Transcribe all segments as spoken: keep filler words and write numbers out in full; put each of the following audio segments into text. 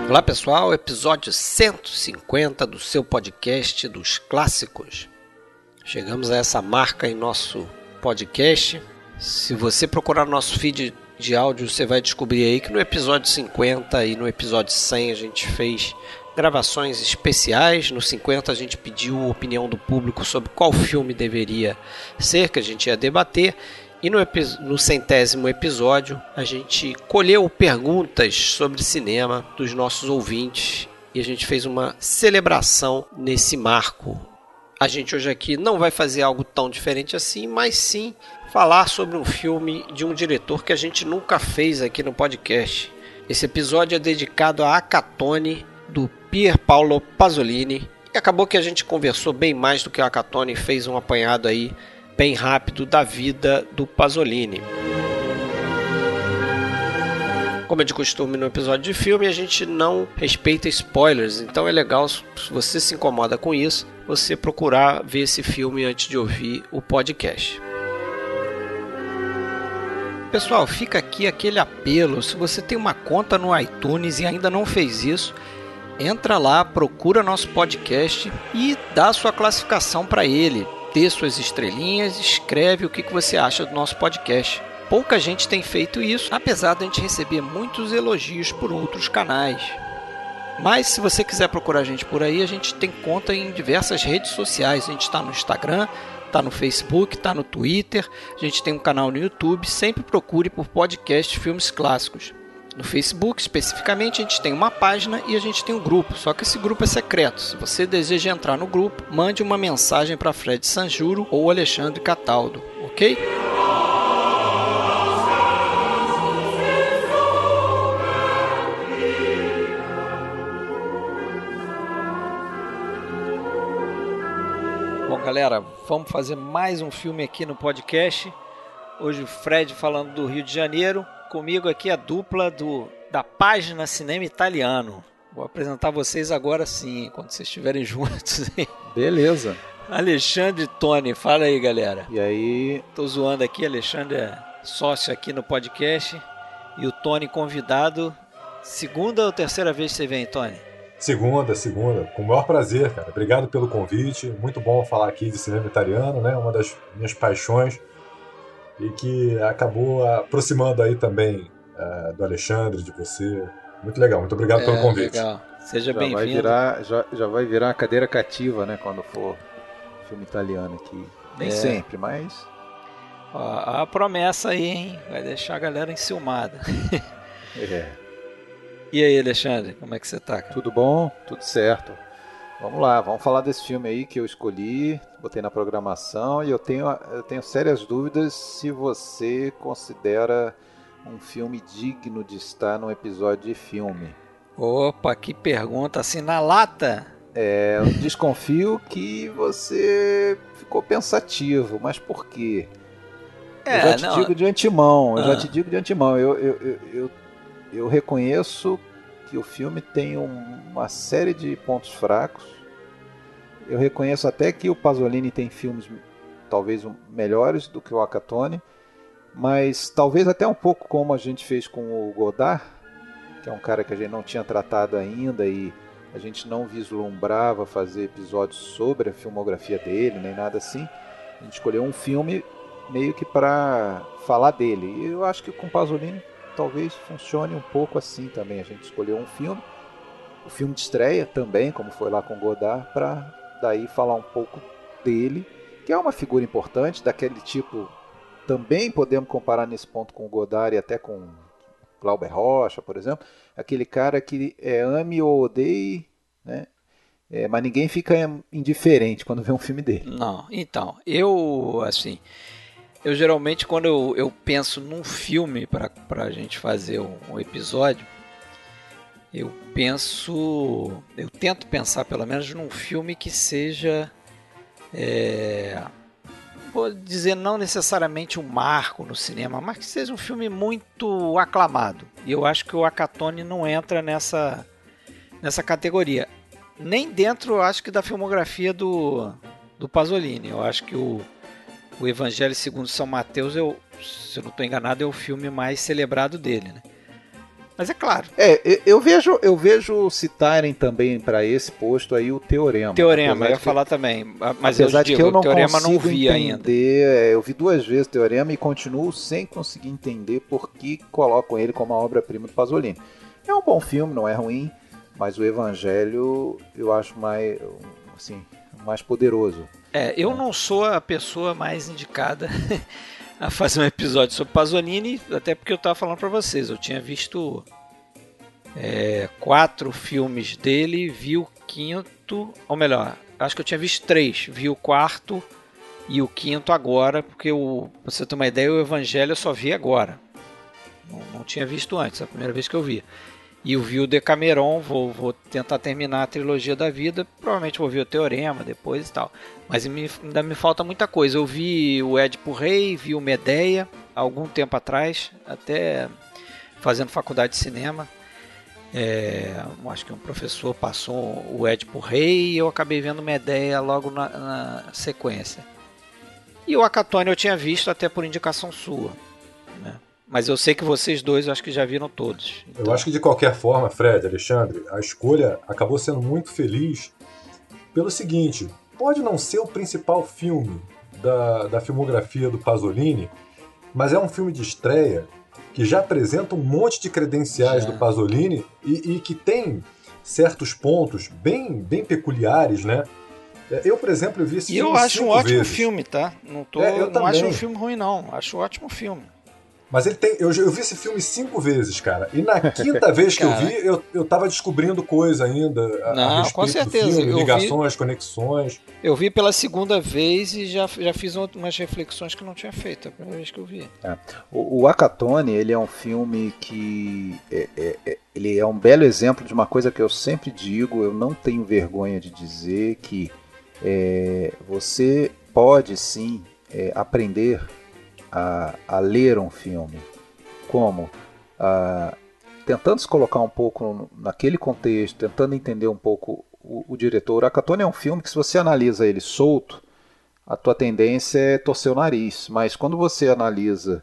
Olá pessoal, episódio cento e cinquenta do seu podcast dos clássicos. Chegamos a essa marca em nosso podcast. Se você procurar nosso feed de áudio, você vai descobrir aí que no episódio cinquenta e no episódio cem a gente fez gravações especiais. No cinquenta a gente pediu a opinião do público sobre qual filme deveria ser, que a gente ia debater. E no, no centésimo episódio, a gente colheu perguntas sobre cinema dos nossos ouvintes e a gente fez uma celebração nesse marco. A gente hoje aqui não vai fazer algo tão diferente assim, mas sim falar sobre um filme de um diretor que a gente nunca fez aqui no podcast. Esse episódio é dedicado a Akatone, do Pier Paolo Pasolini. E acabou que a gente conversou bem mais do que a Akatone e fez um apanhado aí bem rápido da vida do Pasolini. Como é de costume no episódio de filme, a gente não respeita spoilers, então é legal, se você se incomoda com isso, você procurar ver esse filme antes de ouvir o podcast. Pessoal, fica aqui aquele apelo, se você tem uma conta no iTunes e ainda não fez isso, entra lá, procura nosso podcast e dá sua classificação para ele. Dê suas estrelinhas, escreve o que você acha do nosso podcast. Pouca gente tem feito isso, apesar de a gente receber muitos elogios por outros canais. Mas se você quiser procurar a gente por aí, a gente tem conta em diversas redes sociais. A gente está no Instagram, está no Facebook, está no Twitter, a gente tem um canal no YouTube. Sempre procure por podcast Filmes Clássicos. No Facebook, especificamente, a gente tem uma página e a gente tem um grupo, só que esse grupo é secreto. Se você deseja entrar no grupo, mande uma mensagem para Fred Sanjuro ou Alexandre Cataldo, ok? Bom, galera, vamos fazer mais um filme aqui no podcast. Hoje o Fred falando do Rio de Janeiro. Comigo aqui a dupla do, da página Cinema Italiano. Vou apresentar vocês agora sim, quando vocês estiverem juntos. Beleza. Alexandre e Tony, fala aí, galera. E aí? Tô zoando aqui, Alexandre é sócio aqui no podcast e o Tony convidado. Segunda ou terceira vez que você vem, Tony? Segunda, segunda. Com o maior prazer, cara. Obrigado pelo convite. Muito bom falar aqui de cinema italiano, né? Uma das minhas paixões. E que acabou aproximando aí também uh, do Alexandre, de você. Muito legal, muito obrigado é, pelo convite. Legal. Seja já bem-vindo. Vai virar, já, já vai virar uma cadeira cativa, né, quando for filme italiano aqui. Nem é. sempre, mas... Ó, a promessa aí, hein? Vai deixar a galera enciumada. é. E aí, Alexandre, como é que você tá, cara? Tudo bom? Tudo certo. Vamos lá, vamos falar desse filme aí que eu escolhi, botei na programação e eu tenho, eu tenho sérias dúvidas se você considera um filme digno de estar num episódio de filme. Opa, que pergunta, assim na lata? É, eu desconfio que você ficou pensativo, mas por quê? É, eu já te não... digo de antemão, eu ah. já te digo de antemão, eu, eu, eu, eu, eu reconheço que o filme tem um, uma série de pontos fracos. Eu reconheço até que o Pasolini tem filmes talvez melhores do que o Akatone, mas talvez até um pouco como a gente fez com o Godard, que é um cara que a gente não tinha tratado ainda e a gente não vislumbrava fazer episódios sobre a filmografia dele, nem nada assim. A gente escolheu um filme meio que para falar dele. E eu acho que com o Pasolini talvez funcione um pouco assim também. A gente escolheu um filme, o filme de estreia também, como foi lá com Godard, para daí falar um pouco dele, que é uma figura importante, daquele tipo, também podemos comparar nesse ponto com o Godard e até com Glauber Rocha, por exemplo, aquele cara que é, ame ou odeie, né? É, mas ninguém fica indiferente quando vê um filme dele. Não, então, eu, assim... Eu geralmente, quando eu, eu penso num filme para a gente fazer um, um episódio, eu penso, eu tento pensar pelo menos num filme que seja, é, vou dizer não necessariamente um marco no cinema, mas que seja um filme muito aclamado. E eu acho que o Akatone não entra nessa, nessa categoria. Nem dentro, eu acho que da filmografia do, do Pasolini. Eu acho que o O Evangelho segundo São Mateus, eu, se eu não estou enganado, é o filme mais celebrado dele, né? Mas é claro. É, eu vejo, eu vejo citarem também para esse posto aí o Teorema. Teorema, eu ia que, falar também. Mas apesar eu de digo, que eu não o Teorema consigo não vi entender, ainda. Eu vi duas vezes o Teorema e continuo sem conseguir entender por que colocam ele como a obra-prima do Pasolini. É um bom filme, não é ruim, mas o Evangelho eu acho mais, assim, mais poderoso. É, eu não sou a pessoa mais indicada a fazer um episódio sobre Pasolini, até porque eu estava falando para vocês, eu tinha visto é, quatro filmes dele, vi o quinto, ou melhor, acho que eu tinha visto três, vi o quarto e o quinto agora, porque o, pra você ter uma ideia, o Evangelho eu só vi agora, não, não tinha visto antes, é a primeira vez que eu vi. E eu vi o Decameron, vou, vou tentar terminar a trilogia da vida, provavelmente vou ver o Teorema depois e tal. Mas me, ainda me falta muita coisa. Eu vi o Édipo Rei, vi o Medeia, há algum tempo atrás, até fazendo faculdade de cinema. É, acho que um professor passou o Édipo Rei e eu acabei vendo Medeia logo na, na sequência. E o Acatone eu tinha visto até por indicação sua, né? Mas eu sei que vocês dois, eu acho que já viram todos. Então... Eu acho que de qualquer forma, Fred, Alexandre, a escolha acabou sendo muito feliz pelo seguinte: pode não ser o principal filme da, da filmografia do Pasolini, mas é um filme de estreia que já apresenta um monte de credenciais já. do Pasolini e, e que tem certos pontos bem, bem peculiares, né? Eu, por exemplo, eu vi esse e filme eu acho um ótimo vezes. filme, tá? Não, tô, é, eu não acho um filme ruim, não. Acho um ótimo filme. Mas ele tem. Eu, eu vi esse filme cinco vezes, cara. E na quinta vez que eu vi, eu, eu tava descobrindo coisa ainda a, Não, a respeito com certeza. do filme, eu ligações, vi, conexões. Eu vi pela segunda vez e já, já fiz umas reflexões que não tinha feito a primeira vez que eu vi. É. O, o Acatone, ele é um filme que é, é, é, ele é um belo exemplo de uma coisa que eu sempre digo, eu não tenho vergonha de dizer, que é, você pode sim é, aprender a, a ler um filme. Como? Ah, tentando se colocar um pouco naquele contexto, tentando entender um pouco o, o diretor. O Acatone é um filme que, se você analisa ele solto, a tua tendência é torcer o nariz. Mas quando você analisa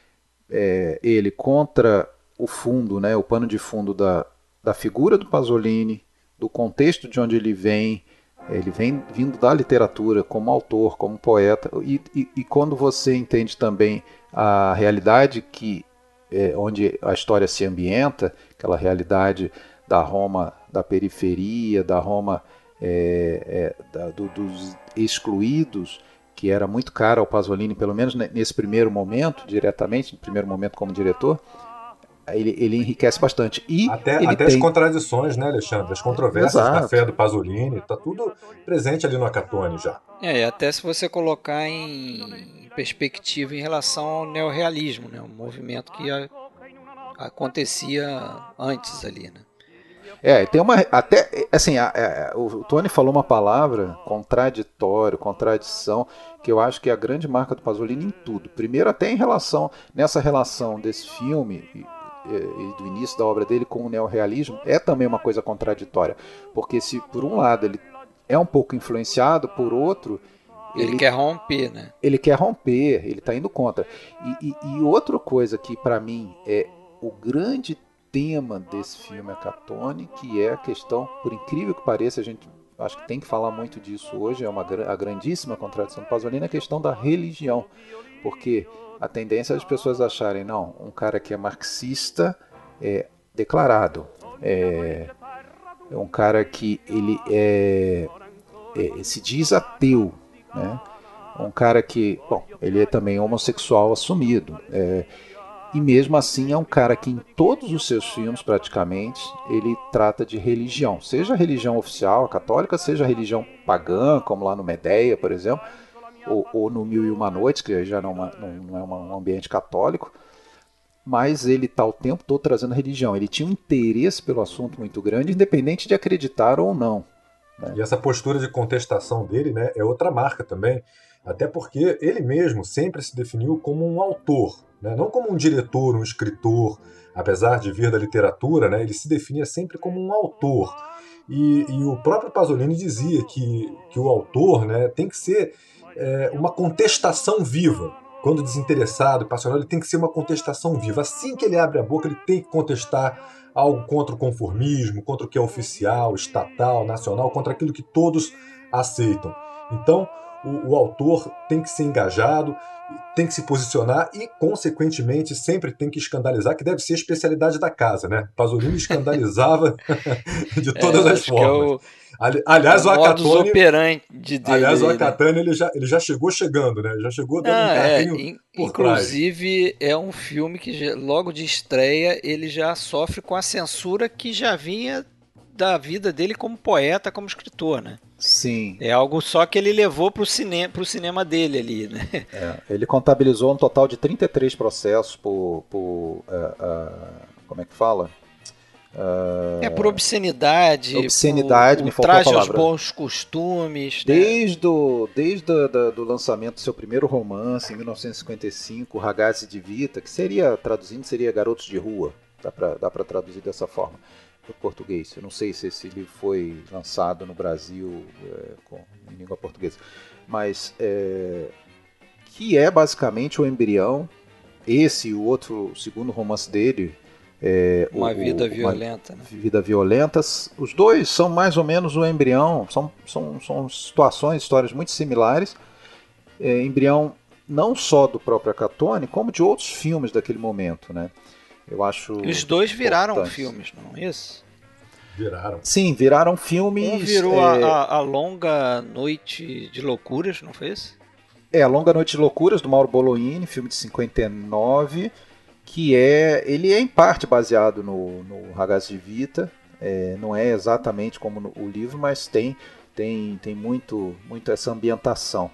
é, ele contra o fundo, né, o pano de fundo da, da figura do Pasolini, do contexto de onde ele vem, ele vem vindo da literatura como autor, como poeta, e, e, e quando você entende também a realidade que É, onde a história se ambienta, aquela realidade da Roma da periferia, da Roma é, é, da, do, dos excluídos, que era muito cara ao Pasolini, pelo menos nesse primeiro momento, diretamente, no primeiro momento como diretor, ele, ele enriquece bastante. E até ele até tem... as contradições, né, Alexandre? As controvérsias Exato. da fé do Pasolini, tá tudo presente ali no Acatone já. É, e até se você colocar em perspectiva em relação ao neorrealismo, né, um movimento que a, acontecia antes ali, né? É, tem uma até assim, a, a, o Tony falou uma palavra, contraditório, contradição, que eu acho que é a grande marca do Pasolini em tudo. Primeiro, até em relação nessa relação desse filme e, e do início da obra dele com o neorrealismo, é também uma coisa contraditória, porque se por um lado ele é um pouco influenciado, por outro ele, ele quer romper, né? Ele quer romper, ele está indo contra. E, e, e outra coisa que para mim é o grande tema desse filme Acatone, que é a questão, por incrível que pareça, a gente acho que tem que falar muito disso hoje, é uma a grandíssima contradição do Pasolini, a questão da religião, porque a tendência é as pessoas acharem, não, um cara que é marxista é declarado, é, é um cara que ele é, é, se diz ateu, né? Um cara que, bom, ele é também homossexual assumido, é, e mesmo assim é um cara que em todos os seus filmes praticamente ele trata de religião, seja a religião oficial, a católica, seja a religião pagã, como lá no Medeia, por exemplo, ou, ou no Mil e Uma Noites, que já não, não, não é um ambiente católico, mas ele está o tempo todo trazendo religião. Ele tinha um interesse pelo assunto muito grande, independente de acreditar ou não, né? E essa postura de contestação dele, né, é outra marca também, até porque ele mesmo sempre se definiu como um autor, né, não como um diretor, um escritor, apesar de vir da literatura, né, ele se definia sempre como um autor. E, e o próprio Pasolini dizia que, que o autor, né, tem que ser é, uma contestação viva, quando desinteressado e passional, ele tem que ser uma contestação viva. Assim que ele abre a boca, ele tem que contestar algo contra o conformismo, contra o que é oficial, estatal, nacional, contra aquilo que todos aceitam. Então, o, o autor tem que ser engajado, tem que se posicionar e, consequentemente, sempre tem que escandalizar, que deve ser a especialidade da casa, né? Pasolini escandalizava de todas é, as formas. É o, aliás, é o, o Akatone, dele aliás, o aí, Akatone, né? ele, já, ele já chegou chegando, né? Já chegou dando ah, um carrinho é, in, por inclusive, trás. é um filme que já, logo de estreia ele já sofre com a censura que já vinha da vida dele como poeta, como escritor, né? Sim. É algo só que ele levou para o cinema, pro cinema dele ali, né? É, ele contabilizou um total de trinta e três processos por, por uh, uh, como é que fala? Uh, é por obscenidade, obscenidade, por, me por faltou a traje aos palavra. bons costumes. Desde, né? o, desde o do, do lançamento do seu primeiro romance, em mil novecentos e cinquenta e cinco, Ragazzi di Vita, que seria, traduzindo, seria Garotos de Rua, dá para dá para traduzir dessa forma, no português. Eu não sei se esse livro foi lançado no Brasil é, com, em língua portuguesa, mas é, que é basicamente o embrião, esse e o outro, o segundo romance dele, É, uma o, vida o, violenta, uma né? Vida violenta. Os dois são mais ou menos o embrião, são, são, são situações, histórias muito similares. É, embrião não só do próprio Akatone, como de outros filmes daquele momento, né? Eu acho. E os dois viraram importante. filmes, não é isso? Viraram. Sim, viraram filmes. Um virou é... a, a, a Longa Noite de Loucuras, não foi isso? É, A Longa Noite de Loucuras, do Mauro Bolognini, filme de cinquenta e nove. Que é, ele é em parte baseado no, no Ragazzi di Vita, é, não é exatamente como no, o livro, mas tem, tem, tem muito, muito essa ambientação.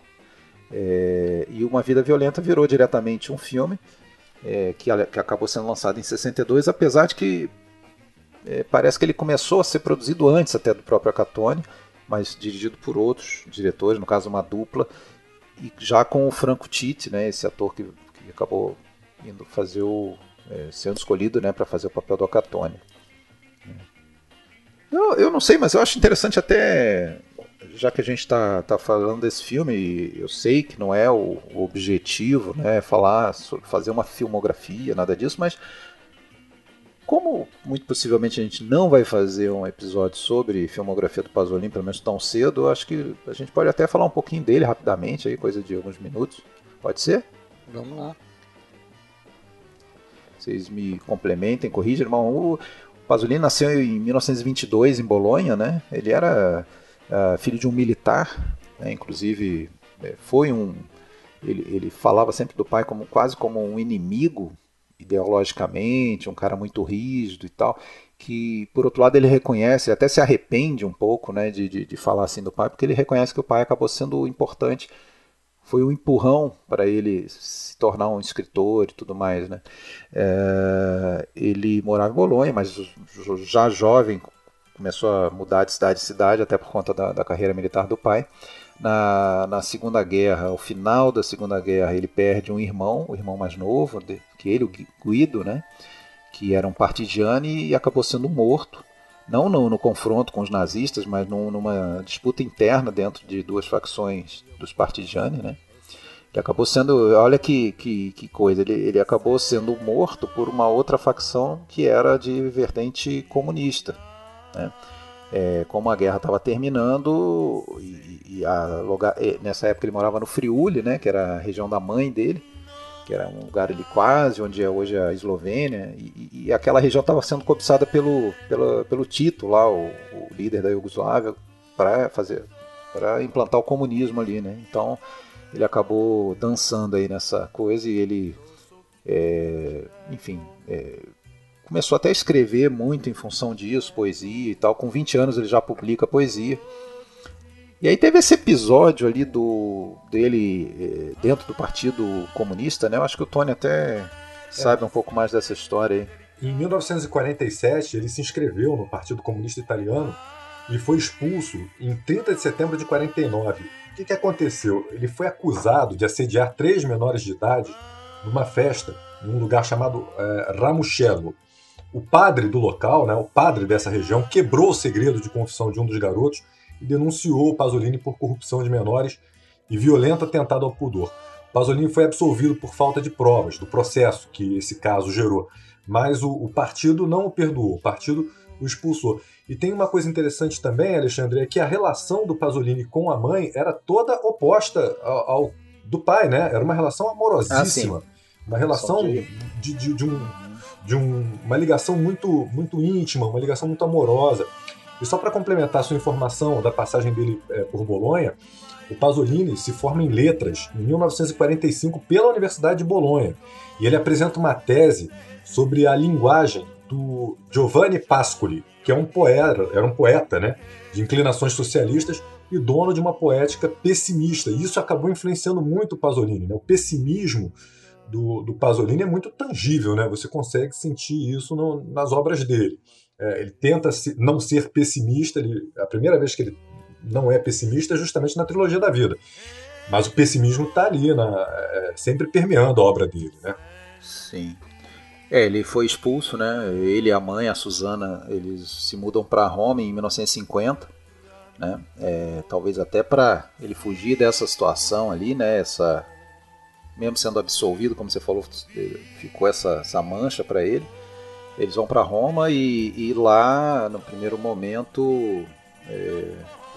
É, e Uma Vida Violenta virou diretamente um filme é, que, que acabou sendo lançado em sessenta e dois, apesar de que é, parece que ele começou a ser produzido antes até do próprio Akatone, mas dirigido por outros diretores, no caso uma dupla, e já com o Franco Titti, né, esse ator que, que acabou indo fazer o é, sendo escolhido, né, para fazer o papel do Akatone. Eu, eu não sei, mas eu acho interessante até, já que a gente está tá falando desse filme, eu sei que não é o, o objetivo, né, falar, fazer uma filmografia, nada disso, mas como muito possivelmente a gente não vai fazer um episódio sobre filmografia do Pasolini, pelo menos tão cedo, eu acho que a gente pode até falar um pouquinho dele rapidamente, aí, coisa de alguns minutos. Pode ser? Vamos lá. Vocês me complementem, corrigem, irmão. O Pasolini nasceu em mil novecentos e vinte e dois em Bolonha, né? Ele era uh, filho de um militar, né? Inclusive foi um. Ele, ele falava sempre do pai como quase como um inimigo ideologicamente, um cara muito rígido e tal. Que por outro lado ele reconhece, até se arrepende um pouco, né, de, de, de falar assim do pai, porque ele reconhece que o pai acabou sendo importante. Foi um empurrão para ele se tornar um escritor e tudo mais, né? É, ele morava em Bolonha, mas já jovem começou a mudar de cidade em cidade, até por conta da, da carreira militar do pai. Na, na Segunda Guerra, ao final da Segunda Guerra, ele perde um irmão, o irmão mais novo de, que ele, o Guido, né? Que era um partigiani e acabou sendo morto. Não no, no confronto com os nazistas, mas num, numa disputa interna dentro de duas facções dos partigiani, né? Ele acabou sendo, olha que, que, que coisa, ele, ele acabou sendo morto por uma outra facção que era de vertente comunista, né? É, como a guerra estava terminando, e, e a, nessa época ele morava no Friuli, né? Que era a região da mãe dele, que era um lugar ali quase, onde é hoje a Eslovênia, e, e aquela região estava sendo cobiçada pelo, pelo, pelo Tito, lá, o, o líder da Iugoslávia, para fazer, para implantar o comunismo ali, né? Então ele acabou dançando aí nessa coisa e ele, é, enfim, é, começou até a escrever muito em função disso, poesia e tal. Com vinte anos ele já publica poesia. E aí teve esse episódio ali do, dele dentro do Partido Comunista, né? Eu acho que o Tony até sabe é. um pouco mais dessa história aí. Em mil novecentos e quarenta e sete, ele se inscreveu no Partido Comunista Italiano e foi expulso em trinta de setembro de quarenta e nove. O que, que aconteceu? Ele foi acusado de assediar três menores de idade numa festa em um lugar chamado é, Ramuscello. O padre do local, né, o padre dessa região, quebrou o segredo de confissão de um dos garotos e denunciou o Pasolini por corrupção de menores e violento atentado ao pudor. Pasolini foi absolvido por falta de provas do processo que esse caso gerou, mas o, o partido não o perdoou, o partido o expulsou. E tem uma coisa interessante também, Alexandre, é que a relação do Pasolini com a mãe era toda oposta ao, ao do pai, né? Era uma relação amorosíssima, ah, uma relação de, de, de, de, um, de um, uma ligação muito, muito íntima, uma ligação muito amorosa. E só para complementar a sua informação da passagem dele é, por Bolonha, o Pasolini se forma em letras em mil novecentos e quarenta e cinco pela Universidade de Bolonha. E ele apresenta uma tese sobre a linguagem do Giovanni Pascoli, que é um poeta, era um poeta, né, de inclinações socialistas e dono de uma poética pessimista. E isso acabou influenciando muito o Pasolini, né? O pessimismo do, do Pasolini é muito tangível, né? Você consegue sentir isso no, nas obras dele. É, ele tenta se, não ser pessimista, ele, a primeira vez que ele não é pessimista é justamente na Trilogia da Vida. Mas o pessimismo está ali, na, é, sempre permeando a obra dele, né? Sim. É, ele foi expulso, né? Ele e a mãe, a Susana, eles se mudam para Roma em mil novecentos e cinquenta, né? É, talvez até para ele fugir dessa situação ali, né? Essa, mesmo sendo absolvido, como você falou, ficou essa, essa mancha para ele. Eles vão para Roma e, e lá, no primeiro momento, é,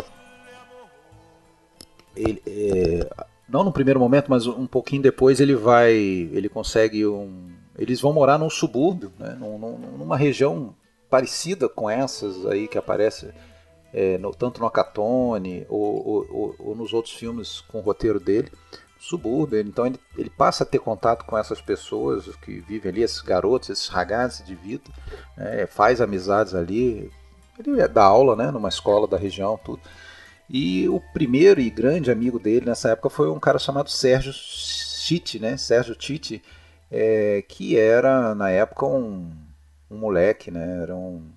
ele, é, não no primeiro momento, mas um pouquinho depois ele vai, ele consegue um eles vão morar num subúrbio, né, num, numa região parecida com essas aí que aparece é, no, tanto no Acatone ou, ou, ou nos outros filmes com o roteiro dele, subúrbio. Então ele, ele passa a ter contato com essas pessoas que vivem ali, esses garotos, esses ragazzi de vida, né, faz amizades ali, ele dá aula, né, numa escola da região, tudo. E o primeiro e grande amigo dele nessa época foi um cara chamado Sérgio Tite, né, Sérgio Tite, É, que era na época um, um moleque, né? Era um,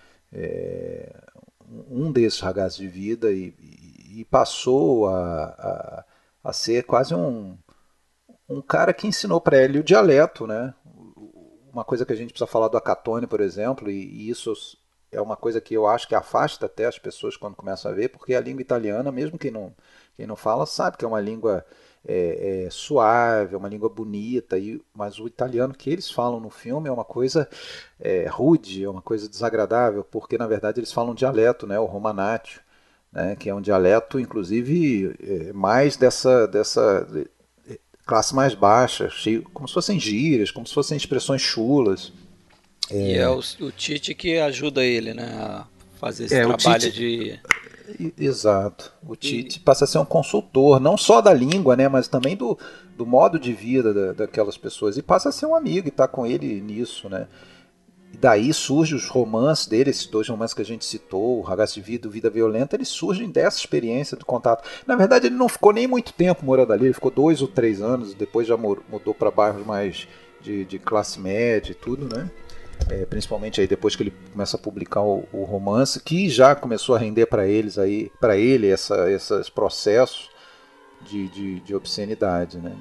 é, um desses ragazzi de vida e, e passou a, a, a ser quase um, um cara que ensinou para ele o dialeto, né? Uma coisa que a gente precisa falar do Acatone, por exemplo, e, e isso é uma coisa que eu acho que afasta até as pessoas quando começam a ver, porque a língua italiana, mesmo quem não, quem não fala, sabe que é uma língua É, é suave, é uma língua bonita, e, mas o italiano que eles falam no filme é uma coisa é, rude, é uma coisa desagradável, porque na verdade eles falam um dialeto, né, o romanátio, né, que é um dialeto, inclusive, é, mais dessa, dessa classe mais baixa, cheio, como se fossem gírias, como se fossem expressões chulas. É, e é o, o Tite que ajuda ele, né, a fazer esse é, trabalho Tite... de... Exato. O Tite passa a ser um consultor, não só da língua, né, mas também do, do modo de vida da, daquelas pessoas. E passa a ser um amigo e está com ele nisso, né? E daí surgem os romances dele, esses dois romances que a gente citou, o Ragazzi de Vida e o Vida Violenta, eles surgem dessa experiência do contato. Na verdade, ele não ficou nem muito tempo morando ali, ele ficou dois ou três anos, depois já mudou para bairros mais de, de classe média e tudo, né? É, principalmente aí depois que ele começa a publicar o, o romance, que já começou a render para eles aí, para ele essa, esses processos de, de, de obscenidade, né?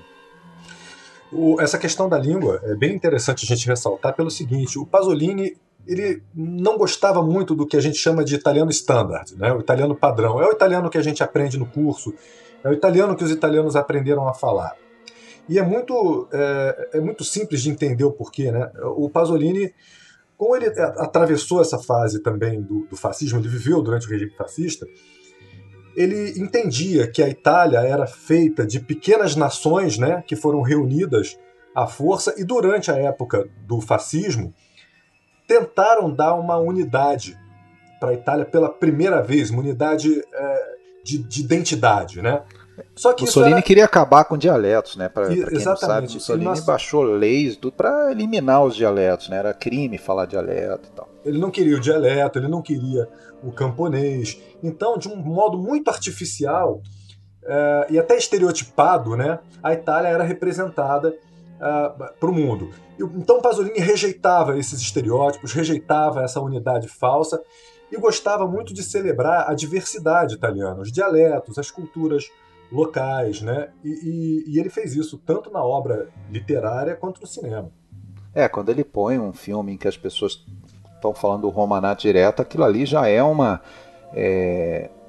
O, essa questão da língua é bem interessante a gente ressaltar pelo seguinte: o Pasolini ele não gostava muito do que a gente chama de italiano standard, né? O italiano padrão. É o italiano que a gente aprende no curso, é o italiano que os italianos aprenderam a falar. E é muito, é, é muito simples de entender o porquê, né? O Pasolini, como ele atravessou essa fase também do, do fascismo, ele viveu durante o regime fascista, ele entendia que a Itália era feita de pequenas nações, né, que foram reunidas à força, e durante a época do fascismo tentaram dar uma unidade para a Itália pela primeira vez, uma unidade é, de, de identidade, né? Só que Mussolini era... queria acabar com dialetos, né? Para quem Exatamente. não sabe, Mussolini nós... baixou leis para eliminar os dialetos, né? Era crime falar dialeto e tal. Ele não queria o dialeto, ele não queria o camponês. Então, de um modo muito artificial é, e até estereotipado, né? A Itália era representada uh, para o mundo. E, então, Pasolini rejeitava esses estereótipos, rejeitava essa unidade falsa e gostava muito de celebrar a diversidade italiana, os dialetos, as culturas locais, né? E, e, e ele fez isso tanto na obra literária quanto no cinema. É, quando ele põe um filme em que as pessoas estão falando do Romanat direto, aquilo ali já é uma é,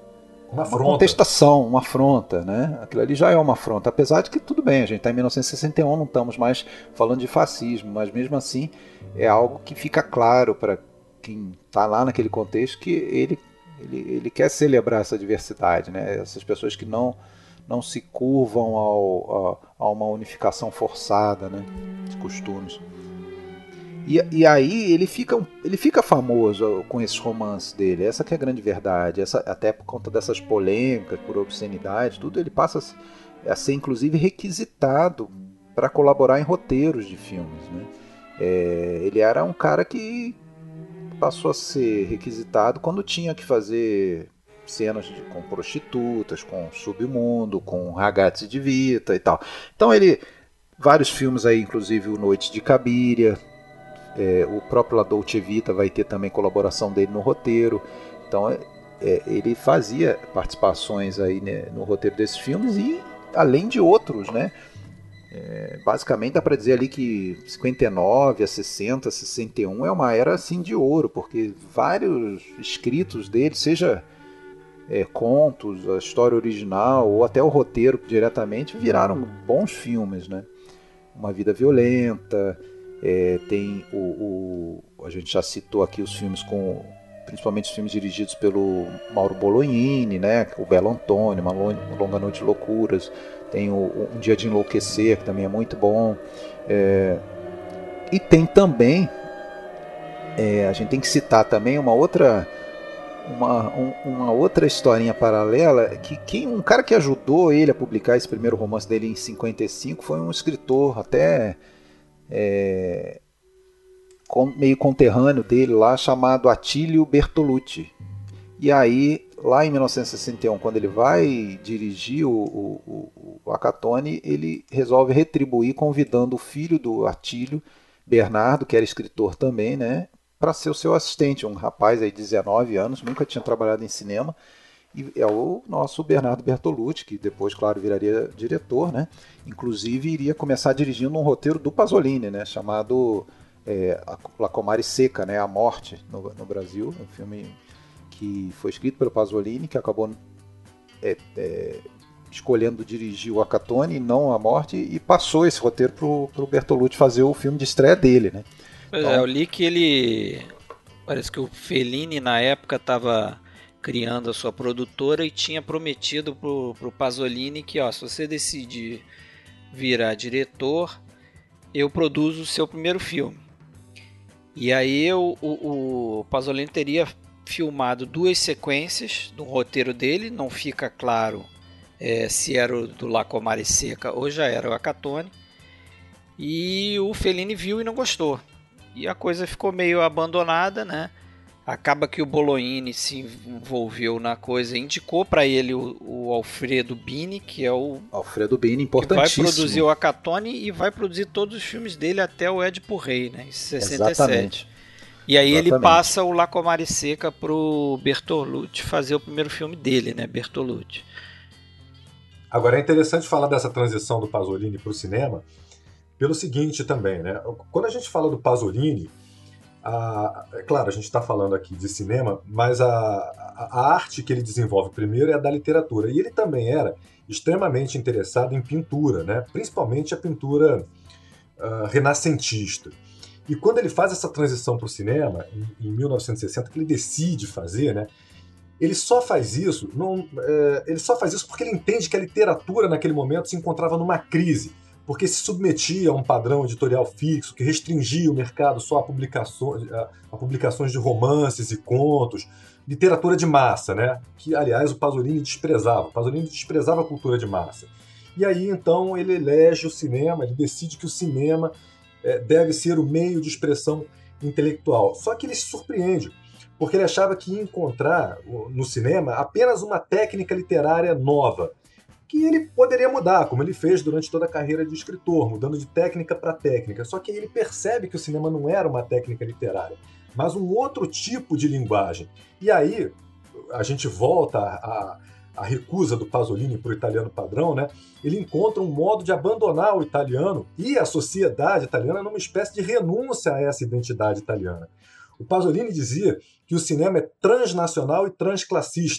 uma, uma contestação, uma afronta, né? Aquilo ali já é uma afronta, apesar de que tudo bem, a gente está em mil novecentos e sessenta e um, não estamos mais falando de fascismo, mas mesmo assim é algo que fica claro para quem está lá naquele contexto que ele, ele, ele quer celebrar essa diversidade, né? Essas pessoas que não, não se curvam ao, a, a uma unificação forçada, né, de costumes. E, e aí ele fica, ele fica famoso com esses romances dele, essa que é a grande verdade, essa, até por conta dessas polêmicas, por obscenidade, tudo, ele passa a ser inclusive requisitado para colaborar em roteiros de filmes, né? É, ele era um cara que passou a ser requisitado quando tinha que fazer cenas de, com prostitutas, com submundo, com ragazzi de vita e tal. Então ele, vários filmes aí, inclusive o Noite de Cabiria, É, o próprio La Dolce Vita vai ter também colaboração dele no roteiro. Então é, é, ele fazia participações aí, né, no roteiro desses filmes e além de outros, né? É, basicamente dá para dizer ali que cinquenta e nove a sessenta, sessenta e um é uma era assim de ouro, porque vários escritos dele, seja é, contos, a história original ou até o roteiro diretamente, viraram bons filmes, né? Uma Vida Violenta. É, tem o, o a gente já citou aqui os filmes com, principalmente os filmes dirigidos pelo Mauro Bolognini, né, o Belo Antônio, Uma Longa Noite de Loucuras, tem o Um Dia de Enlouquecer, que também é muito bom, é, e tem também é, a gente tem que citar também uma outra uma, um, uma outra historinha paralela, que quem, um cara que ajudou ele a publicar esse primeiro romance dele em cinquenta e cinco foi um escritor até É, meio conterrâneo dele lá, chamado Attilio Bertolucci. E aí, lá em mil novecentos e sessenta e um, quando ele vai dirigir o, o, o Acatone, ele resolve retribuir convidando o filho do Attilio, Bernardo, que era escritor também, né, para ser o seu assistente, um rapaz aí de dezenove anos, nunca tinha trabalhado em cinema, e é o nosso Bernardo Bertolucci, que depois, claro, viraria diretor, né? Inclusive iria começar dirigindo um roteiro do Pasolini, né? Chamado é, La Comare Seca, né? A Morte, no, no Brasil, um filme que foi escrito pelo Pasolini, que acabou é, é, escolhendo dirigir o Acatone e não A Morte, e passou esse roteiro para o Bertolucci fazer o filme de estreia dele, né? Pois então, é, eu li que ele... Parece que o Fellini, na época, estava criando a sua produtora e tinha prometido pro, pro Pasolini que, ó, se você decidir virar diretor, eu produzo o seu primeiro filme. E aí o, o, o Pasolini teria filmado duas sequências do roteiro dele, não fica claro é, se era o do La Comare Seca ou já era o Acatone, e o Fellini viu e não gostou. E a coisa ficou meio abandonada, né? Acaba que o Bolognini se envolveu na coisa, indicou para ele o, o Alfredo Bini, que é o Alfredo Bini, importantíssimo, que vai produzir o Acatone e vai produzir todos os filmes dele até o Édipo Rei, né, em sessenta e sete. Exatamente. E aí Exatamente. Ele passa o La Comare Seca pro Bertolucci fazer o primeiro filme dele, né, Bertolucci. Agora é interessante falar dessa transição do Pasolini para o cinema pelo seguinte também, né? Quando a gente fala do Pasolini, a, é claro, a gente está falando aqui de cinema, mas a, a, a arte que ele desenvolve primeiro é a da literatura. E ele também era extremamente interessado em pintura, né? Principalmente a pintura uh, renascentista. E quando ele faz essa transição para o cinema, em, em mil novecentos e sessenta, que ele decide fazer, né? Ele só faz isso, não, é, ele só faz isso porque ele entende que a literatura naquele momento se encontrava numa crise, porque se submetia a um padrão editorial fixo que restringia o mercado só a publicações, a, a publicações de romances e contos, literatura de massa, né? Que, aliás, o Pasolini desprezava. O Pasolini desprezava a cultura de massa. E aí, então, ele elege o cinema, ele decide que o cinema é, deve ser o meio de expressão intelectual. Só que ele se surpreende, porque ele achava que ia encontrar no cinema apenas uma técnica literária nova, que ele poderia mudar, como ele fez durante toda a carreira de escritor, mudando de técnica para técnica. Só que aí ele percebe que o cinema não era uma técnica literária, mas um outro tipo de linguagem. E aí a gente volta à, à recusa do Pasolini para o italiano padrão, né? Ele encontra um modo de abandonar o italiano e a sociedade italiana numa espécie de renúncia a essa identidade italiana. O Pasolini dizia que o cinema é transnacional e transclassista.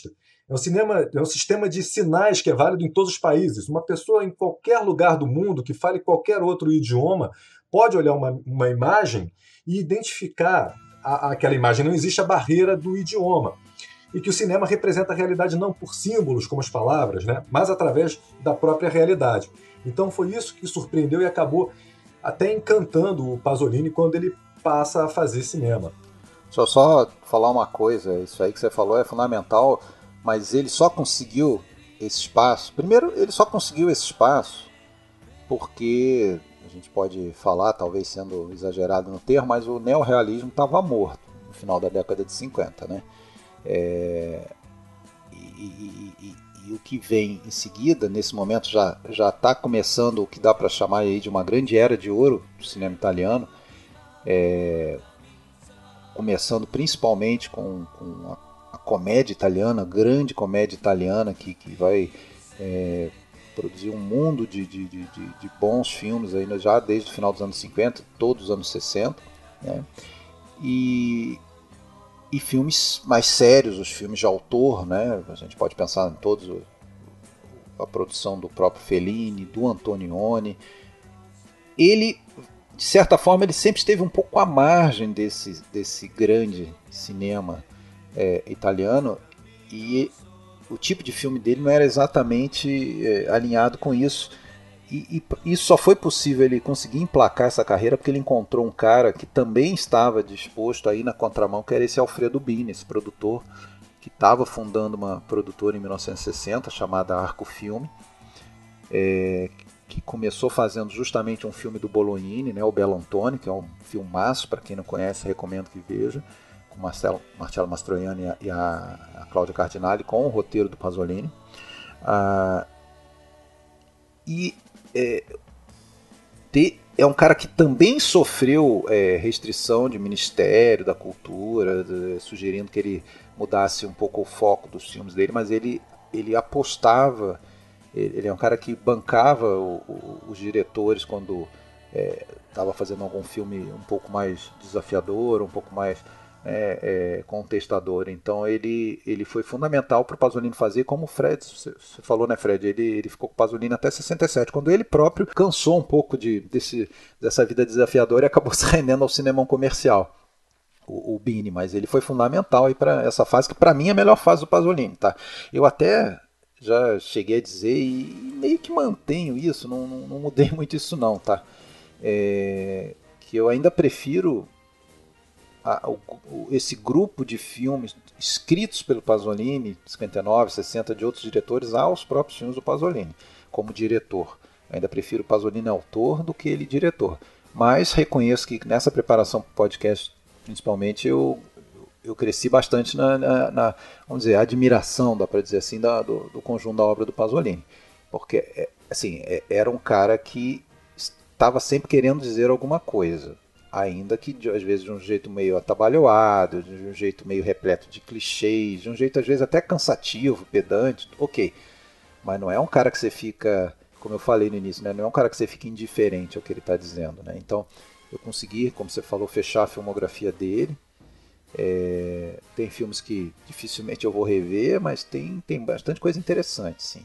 É um cinema, é um sistema de sinais que é válido em todos os países. Uma pessoa em qualquer lugar do mundo que fale qualquer outro idioma pode olhar uma, uma imagem e identificar a, aquela imagem. Não existe a barreira do idioma. E que o cinema representa a realidade não por símbolos, como as palavras, né, mas através da própria realidade. Então foi isso que surpreendeu e acabou até encantando o Pasolini quando ele passa a fazer cinema. Deixa eu só falar uma coisa, isso aí que você falou é fundamental, mas ele só conseguiu esse espaço. Primeiro, ele só conseguiu esse espaço porque, a gente pode falar, talvez sendo exagerado no termo, mas o neorrealismo estava morto no final da década de cinquenta, né? É... E, e, e, e o que vem em seguida, nesse momento, já já está começando o que dá para chamar aí de uma grande era de ouro do cinema italiano, é... começando principalmente com, com a, a comédia italiana, a grande comédia italiana que, que vai é, produzir um mundo de, de, de, de bons filmes aí, já desde o final dos anos cinquenta, todos os anos sessenta, né? E, e filmes mais sérios, os filmes de autor, né? A gente pode pensar em todos, a produção do próprio Fellini, do Antonioni. Ele, de certa forma, ele sempre esteve um pouco à margem desse, desse grande cinema é, italiano, e o tipo de filme dele não era exatamente é, alinhado com isso. E, e isso só foi possível ele conseguir emplacar essa carreira porque ele encontrou um cara que também estava disposto a ir na contramão, que era esse Alfredo Bini, esse produtor que estava fundando uma produtora em mil novecentos e sessenta chamada Arco Filme, é, que começou fazendo justamente um filme do Bolognini, né, o Belo Antônio, que é um filmaço, para quem não conhece, recomendo que veja, com Marcelo, Marcello Mastroianni e a, a Cláudia Cardinale, com o roteiro do Pasolini. Ah, e é, te, é um cara que também sofreu é, restrição de Ministério da Cultura, de, sugerindo que ele mudasse um pouco o foco dos filmes dele, mas ele, ele apostava. Ele é um cara que bancava o, o, os diretores quando estava é, fazendo algum filme um pouco mais desafiador, um pouco mais é, é, contestador. Então ele, ele foi fundamental para o Pasolini fazer, como o Fred, você falou, né, Fred? Ele, ele ficou com o Pasolini até sessenta e sete, quando ele próprio cansou um pouco de, desse, dessa vida desafiadora e acabou se rendendo ao cinema comercial, o, o Bini. Mas ele foi fundamental para essa fase, que para mim é a melhor fase do Pasolini. Tá? Eu até já cheguei a dizer, e meio que mantenho isso, não, não, não mudei muito isso não, tá? É, que eu ainda prefiro a, o, esse grupo de filmes escritos pelo Pasolini, cinquenta e nove, sessenta, de outros diretores, aos próprios filmes do Pasolini, como diretor. Eu ainda prefiro o Pasolini autor do que ele diretor. Mas reconheço que nessa preparação para o podcast, principalmente, eu eu cresci bastante na, na, na vamos dizer, admiração, dá para dizer assim, da, do, do conjunto da obra do Pasolini. Porque, assim, era um cara que estava sempre querendo dizer alguma coisa, ainda que, às vezes, de um jeito meio atabalhoado, de um jeito meio repleto de clichês, de um jeito, às vezes, até cansativo, pedante, ok. Mas não é um cara que você fica, como eu falei no início, né? Não é um cara que você fica indiferente ao que ele está dizendo, né? Então, eu consegui, como você falou, fechar a filmografia dele. É, tem filmes que dificilmente eu vou rever, mas tem, tem bastante coisa interessante, sim.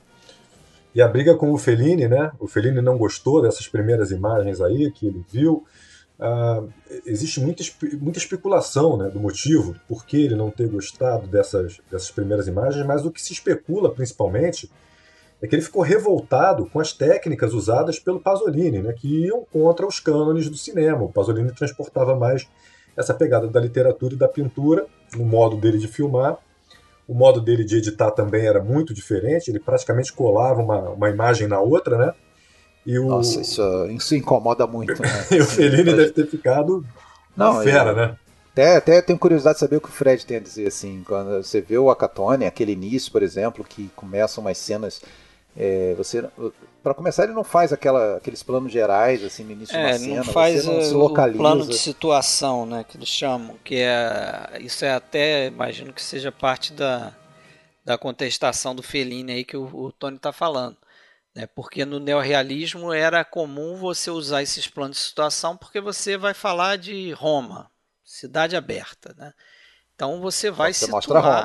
E a briga com o Fellini, né? O Fellini não gostou dessas primeiras imagens aí que ele viu. Ah, existe muita, muita especulação, né, do motivo por que ele não ter gostado dessas, dessas primeiras imagens, mas o que se especula principalmente é que ele ficou revoltado com as técnicas usadas pelo Pasolini, né, que iam contra os cânones do cinema. O Pasolini transportava mais essa pegada da literatura e da pintura, o modo dele de filmar. O modo dele de editar também era muito diferente, ele praticamente colava uma, uma imagem na outra, né? E o... Nossa, isso, isso incomoda muito, né? E o Fellini deve ter ficado Não, fera, eu... né? Até, até tenho curiosidade de saber o que o Fred tem a dizer, assim, quando você vê o Acatone, aquele início, por exemplo, que começam umas cenas... É, você, para começar, ele não faz aquela, aqueles planos gerais assim no início é, de uma cena. Não faz você não se localiza. O plano de situação, né, que eles chamam, que é isso é até, imagino que seja parte da, da contestação do Fellini aí que o, o Tony está falando, né, porque no neorrealismo era comum você usar esses planos de situação porque você vai falar de Roma, cidade aberta, né? Então você vai você situar, mostra Roma.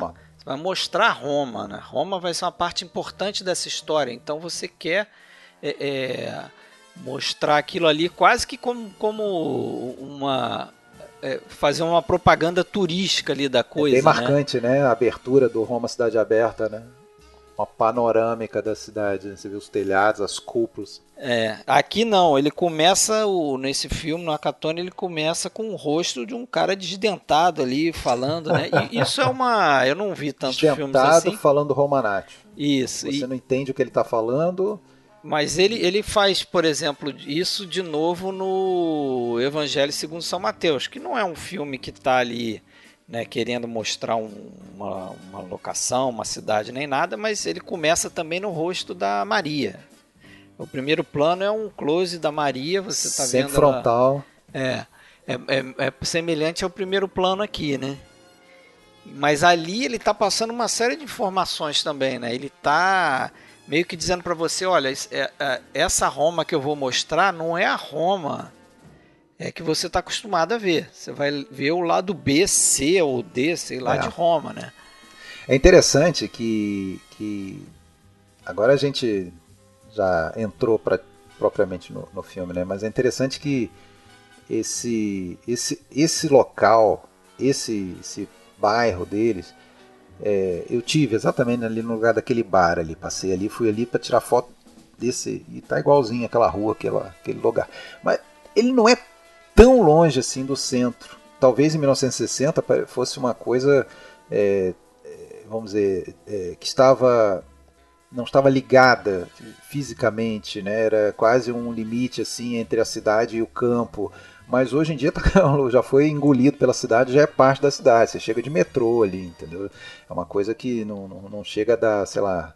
vai mostrar Roma, né? Roma vai ser uma parte importante dessa história, então você quer é, é, mostrar aquilo ali quase que como, como uma... É, fazer uma propaganda turística ali da coisa. É bem marcante, né? né? A abertura do Roma Cidade Aberta, né? Uma panorâmica da cidade, né? Você vê os telhados, as cúpulas. É, aqui não, ele começa, o, nesse filme, no Akatone, ele começa com o rosto de um cara desdentado ali, falando, né? E isso é uma... Eu não vi tantos desdentado filmes assim. Desdentado falando romanate. Isso. Você e... não entende o que ele está falando... Mas ele, ele faz, por exemplo, isso de novo no Evangelho segundo São Mateus, que não é um filme que está ali, né, querendo mostrar um, uma, uma locação, uma cidade, nem nada, mas ele começa também no rosto da Maria. O primeiro plano é um close da Maria, você está vendo... Sempre frontal. Ela, é, é, é, é semelhante ao primeiro plano aqui, né? Mas ali ele está passando uma série de informações também, né? Ele está... meio que dizendo para você, olha, essa Roma que eu vou mostrar não é a Roma é que você está acostumado a ver. Você vai ver o lado B, C ou D, sei lá, é. de Roma, né? É interessante que, que agora a gente já entrou pra, propriamente no, no filme, né? Mas é interessante que esse, esse, esse local, esse, esse bairro deles... É, eu tive exatamente ali no lugar daquele bar ali, passei ali, fui ali para tirar foto desse, e tá igualzinho aquela rua, aquela, aquele lugar. Mas ele não é tão longe assim do centro. Talvez em mil novecentos e sessenta fosse uma coisa, é, vamos dizer, é, que estava não estava ligada fisicamente, né? Era quase um limite assim entre a cidade e o campo. Mas hoje em dia já foi engolido pela cidade, já é parte da cidade. Você chega de metrô ali, entendeu? É uma coisa que não, não, não chega a dar, sei lá,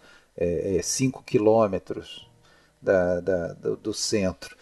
cinco é, é quilômetros da, da, do, do centro.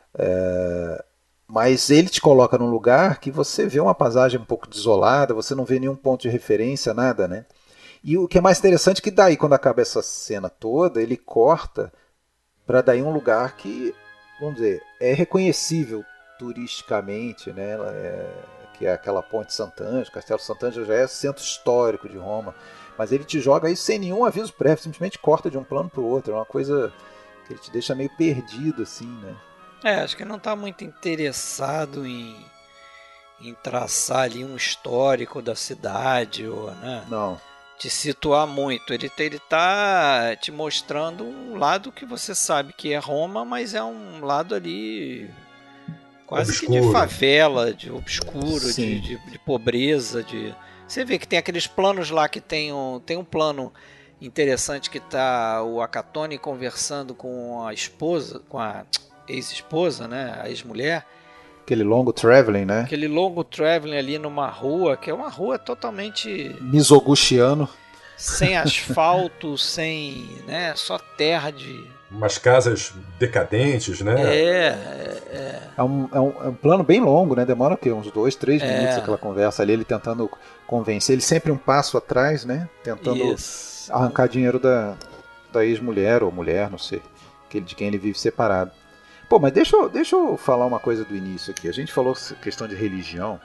É, mas ele te coloca num lugar que você vê uma paisagem um pouco desolada, você não vê nenhum ponto de referência, nada, né? E o que é mais interessante é que daí, quando acaba essa cena toda, ele corta para daí um lugar que, vamos dizer, é reconhecível turisticamente, né? É, que é aquela Ponte Sant'Angelo, Castelo Sant'Angelo já é centro histórico de Roma, mas ele te joga aí sem nenhum aviso prévio, simplesmente corta de um plano para o outro, é uma coisa que ele te deixa meio perdido assim, né? É, acho que ele não está muito interessado em, em traçar ali um histórico da cidade, ou, né? Não. Te situar muito, ele, ele tá te mostrando um lado que você sabe que é Roma, mas é um lado ali... quase obscuro. Que de favela, de obscuro, de, de, de pobreza. De... Você vê que tem aqueles planos lá que tem um, tem um plano interessante que tá o Akatone conversando com a esposa, com a ex-esposa, né, a ex-mulher. Aquele longo traveling, né? Aquele longo traveling ali numa rua, que é uma rua totalmente... misoguchiano. Sem asfalto, sem... né, só terra de... umas casas decadentes, né? É, é, é, um, é, um, é um plano bem longo, né? Demora o quê? Uns dois, três é. minutos aquela conversa ali, ele tentando convencer, ele sempre um passo atrás, né? Tentando Isso. arrancar dinheiro da, da ex-mulher ou mulher, não sei, de quem ele vive separado. Pô, mas deixa eu, deixa eu falar uma coisa do início aqui. A gente falou questão de religião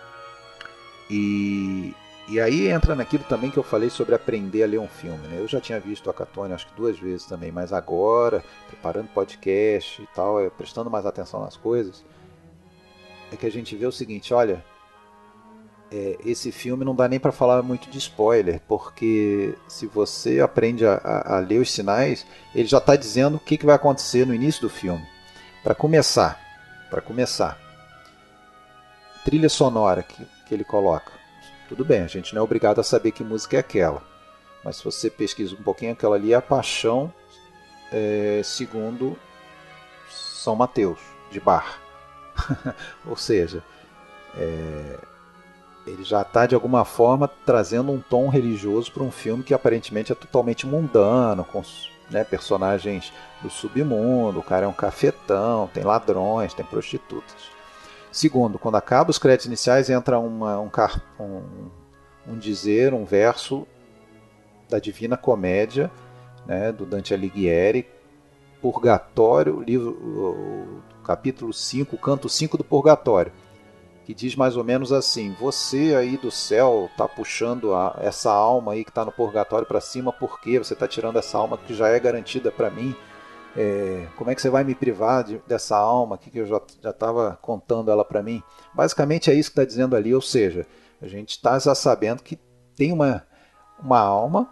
e... E aí entra naquilo também que eu falei sobre aprender a ler um filme, né? Eu já tinha visto o Akatone acho que duas vezes também, mas agora, preparando podcast e tal, prestando mais atenção nas coisas, é que a gente vê o seguinte, olha, é, esse filme não dá nem para falar muito de spoiler, porque se você aprende a, a, a ler os sinais, ele já está dizendo o que, que vai acontecer no início do filme. Para começar, para começar, trilha sonora que, que ele coloca. Tudo bem, a gente não é obrigado a saber que música é aquela. Mas se você pesquisa um pouquinho, aquela ali é a Paixão é, segundo São Mateus, de Bach. Ou seja, é, ele já está de alguma forma trazendo um tom religioso para um filme que aparentemente é totalmente mundano, com, né, personagens do submundo, o cara é um cafetão, tem ladrões, tem prostitutas. Segundo, quando acaba os créditos iniciais, entra uma, um, um, um dizer, um verso da Divina Comédia, né, do Dante Alighieri, Purgatório, livro, o, o capítulo cinco, canto cinco do Purgatório. que diz mais ou menos assim: você aí do céu está puxando a, essa alma aí que está no purgatório para cima, porque você está tirando essa alma que já é garantida para mim. É, como é que você vai me privar de, dessa alma aqui que eu já estava contando ela para mim? Basicamente é isso que está dizendo ali, ou seja, a gente está já sabendo que tem uma, uma alma,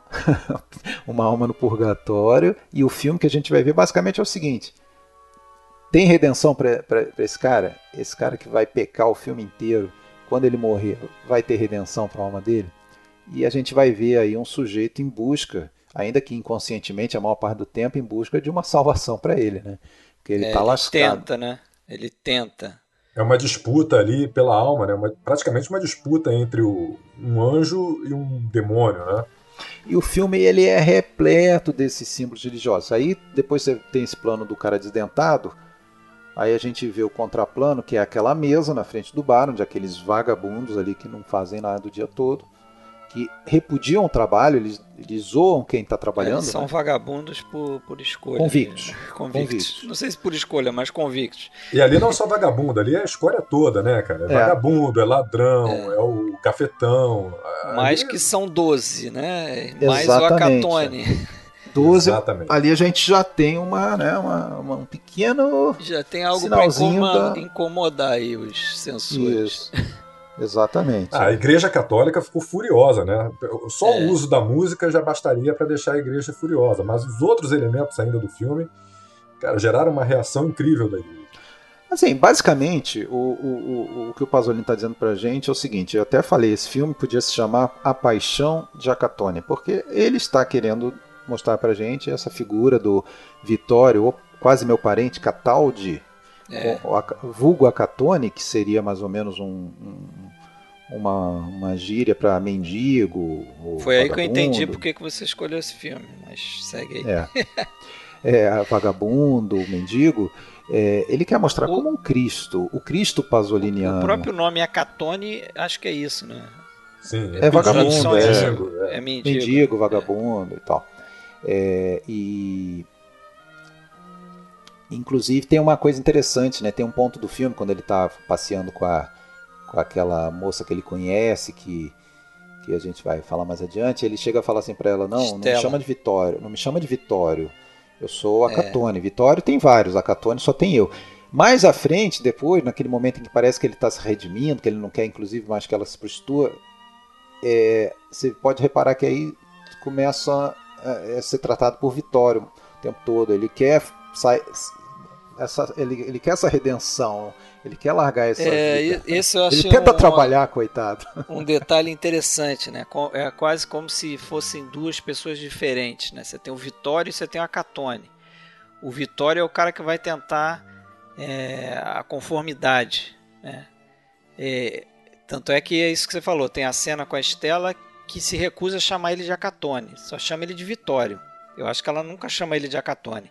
uma alma no purgatório, e o filme que a gente vai ver basicamente é o seguinte: tem redenção para esse cara? Esse cara que vai pecar o filme inteiro, quando ele morrer, vai ter redenção para a alma dele? E a gente vai ver aí um sujeito em busca, ainda que inconscientemente, a maior parte do tempo, em busca de uma salvação para ele, né? Porque ele está é, lascado. Ele tenta, né? Ele tenta. É uma disputa ali pela alma, né? Uma, praticamente uma disputa entre o, um anjo e um demônio, né? E o filme ele é repleto desses símbolos religiosos. Aí depois você tem esse plano do cara desdentado, aí a gente vê o contraplano, que é aquela mesa na frente do bar, onde aqueles vagabundos ali que não fazem nada o dia todo, que repudiam o trabalho, eles, eles zoam quem está trabalhando. Eles são né? vagabundos por, por escolha. Convictos. Né? convictos. Convictos. Não sei se por escolha, mas convictos. E ali não é só vagabundo, ali é a escolha toda, né, cara? É, é. vagabundo, é ladrão, é, é o cafetão. Mais ali... que são doze, né? Mais Exatamente. o Acatone. doze, Exatamente. Ali a gente já tem uma, né, uma, uma, um pequeno já tem algo para incomodar, da... incomodar aí os sensores. Isso. Exatamente. Ah, a Igreja Católica ficou furiosa, né? Só é. o uso da música já bastaria para deixar a igreja furiosa, mas os outros elementos ainda do filme, cara, geraram uma reação incrível da igreja. Assim, basicamente, o, o, o, o que o Pasolini está dizendo pra gente é o seguinte: eu até falei, esse filme podia se chamar A Paixão de Acatone, porque ele está querendo mostrar pra gente essa figura do Vittorio, quase meu parente, Cataldi, é. vulgo Acatone, que seria mais ou menos um, um, uma, uma gíria para mendigo. Foi aí vagabundo. Que eu entendi porque que você escolheu esse filme, mas segue aí. É, é vagabundo, mendigo. É, ele quer mostrar o, como um Cristo, o Cristo pasoliniano. O próprio nome Acatone, acho que é isso, né? Sim, é, é vagabundo, é, mendigo, é, é mendigo, mendigo, vagabundo é. e tal. É, e inclusive tem uma coisa interessante, né? Tem um ponto do filme quando ele está passeando com, a, com aquela moça que ele conhece, que, que a gente vai falar mais adiante. Ele chega a falar assim para ela: não, Estela. não me chama de Vittorio, não me chama de Vittorio. Eu sou Acatone. É. Vittorio tem vários, Acatone só tem eu. Mais à frente, depois, naquele momento em que parece que ele está se redimindo, que ele não quer inclusive mais que ela se prostitua, é, você pode reparar que aí começa a, a ser tratado por Vittorio o tempo todo. Ele quer sair... Essa, ele, ele quer essa redenção, ele quer largar essa é, vida. Esse eu ele tenta um, trabalhar, coitado. Um detalhe interessante, né? É quase como se fossem duas pessoas diferentes, né? Você tem o Vittorio e você tem o Acatone. O Vittorio é o cara que vai tentar é, a conformidade, né? É, tanto é que é isso que você falou, tem a cena com a Estela que se recusa a chamar ele de Acatone, só chama ele de Vittorio. Eu acho que ela nunca chama ele de Acatone.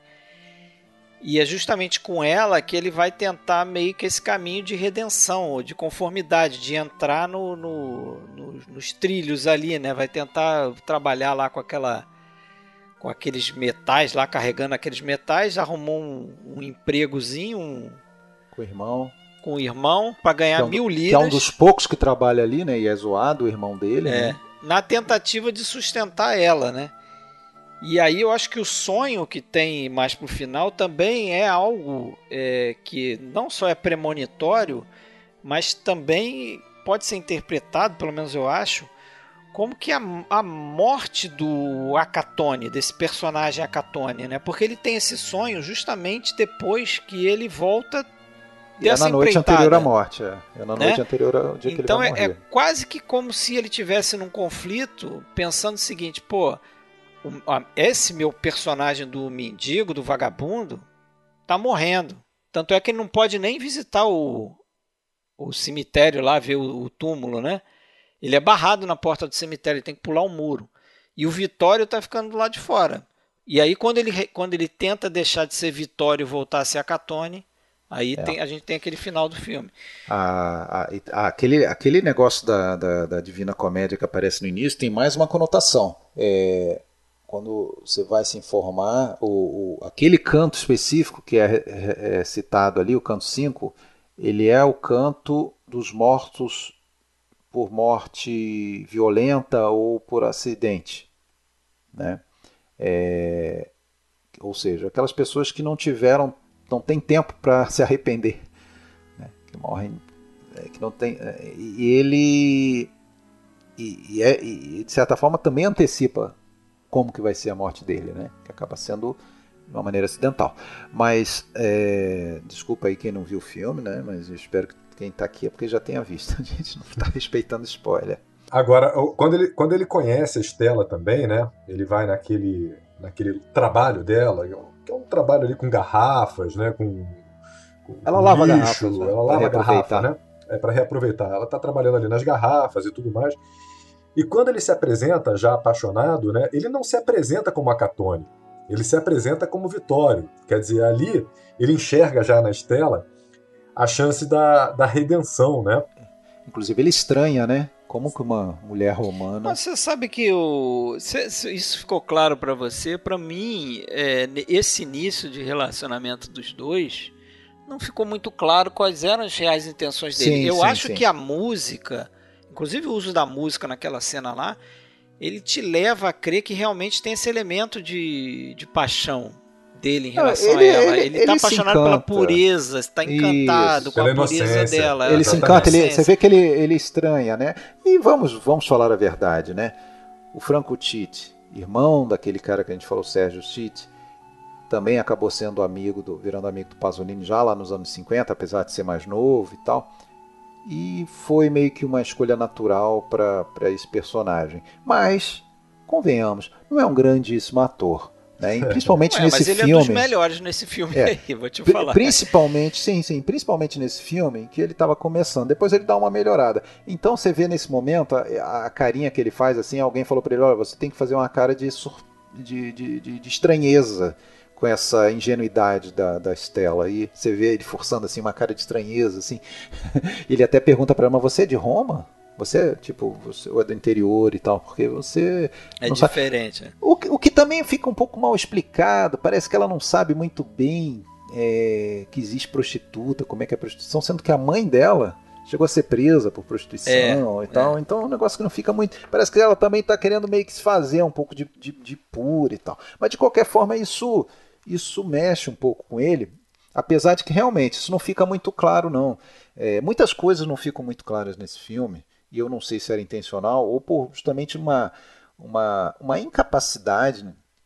E é justamente com ela que ele vai tentar meio que esse caminho de redenção, de conformidade, de entrar no, no, no, nos trilhos ali, né? Vai tentar trabalhar lá com aquela, com aqueles metais lá, carregando aqueles metais, arrumou um, um empregozinho, um, com o irmão, com o irmão para ganhar é um, mil liras. Que é um dos poucos que trabalha ali, né? E é zoado o irmão dele, é, né? Na tentativa de sustentar ela, né? E aí eu acho que o sonho que tem mais pro final também é algo é, que não só é premonitório, mas também pode ser interpretado, pelo menos eu acho, como que a, a morte do Acatone, desse personagem Acatone, né? Porque ele tem esse sonho justamente depois que ele volta dessa empreitada. É na noite empreitada, anterior à morte, é. É na né? noite anterior ao dia então que ele vai morrer. Então é, é quase que como se ele tivesse num conflito, pensando o seguinte, pô, esse meu personagem do mendigo, do vagabundo, tá morrendo. Tanto é que ele não pode nem visitar o, o cemitério lá, ver o, o túmulo, né? Ele é barrado na porta do cemitério, ele tem que pular o muro. E o Vittorio tá ficando do lado de fora. E aí quando ele, quando ele tenta deixar de ser Vittorio e voltar a ser Acatone, aí é. tem, a gente tem aquele final do filme. A, a, a, aquele, aquele negócio da, da, da Divina Comédia que aparece no início tem mais uma conotação. É... Quando você vai se informar, o, o, aquele canto específico que é, é, é citado ali, o canto cinco, ele é o canto dos mortos por morte violenta ou por acidente, né? É, ou seja, aquelas pessoas que não tiveram, não tem tempo para se arrepender, né? Que morrem, é, que não tem, é, e ele e, e, é, e de certa forma também antecipa como que vai ser a morte dele, né? Que acaba sendo de uma maneira acidental. Mas é, desculpa aí quem não viu o filme, né? Mas eu espero que quem está aqui é porque já tenha visto. A gente não está respeitando spoiler. Agora, quando ele, quando ele conhece a Estela também, né? Ele vai naquele, naquele trabalho dela, que é um trabalho ali com garrafas, né? Com, com ela lava lixo, garrafas, né? Ela lava garrafa, né? É para reaproveitar. Ela está trabalhando ali nas garrafas e tudo mais. E quando ele se apresenta já apaixonado, né? Ele não se apresenta como Akatone. Ele se apresenta como Vitório. Quer dizer, ali ele enxerga já na Estela a chance da, da redenção, né? Inclusive ele estranha, né? Como que uma mulher romana... Mas você sabe que o... isso ficou claro para você? Para mim, é, esse início de relacionamento dos dois não ficou muito claro quais eram as reais intenções dele. Sim, Eu sim, acho sim. que a música, inclusive o uso da música naquela cena lá, ele te leva a crer que realmente tem esse elemento de, de paixão dele em relação ele, a ela. Ele, ele está apaixonado pela pureza, está encantado Isso, com a pela pureza inocência. dela. Ele se encanta, ele, você vê que ele, ele estranha, né? E vamos, vamos falar a verdade, né? O Franco Titti, irmão daquele cara que a gente falou, Sérgio Titti, também acabou sendo amigo, do, virando amigo do Pasolini já lá nos anos cinquenta, apesar de ser mais novo e tal. E foi meio que uma escolha natural para esse personagem. Mas, convenhamos, não é um grandíssimo ator. Né? E principalmente Ué, nesse mas ele filme. é dos melhores nesse filme é, aí, vou te falar. Principalmente, sim, sim, principalmente nesse filme que ele estava começando. Depois ele dá uma melhorada. Então você vê nesse momento a, a carinha que ele faz assim. Alguém falou para ele: olha, você tem que fazer uma cara de, de, de, de, de estranheza com essa ingenuidade da, da Estela. E você vê ele forçando assim uma cara de estranheza, assim. Ele até pergunta para ela: mas você é de Roma? Você, tipo, você é do interior e tal, porque você... É não diferente. Sabe. O, o que também fica um pouco mal explicado, parece que ela não sabe muito bem é, que existe prostituta, como é que é prostituição, sendo que a mãe dela chegou a ser presa por prostituição é, e tal, é. Então é um negócio que não fica muito... Parece que ela também está querendo meio que se fazer um pouco de, de, de pura e tal. Mas de qualquer forma isso, isso mexe um pouco com ele, apesar de que realmente isso não fica muito claro não. É, muitas coisas não ficam muito claras nesse filme, e eu não sei se era intencional ou por justamente uma, uma, uma incapacidade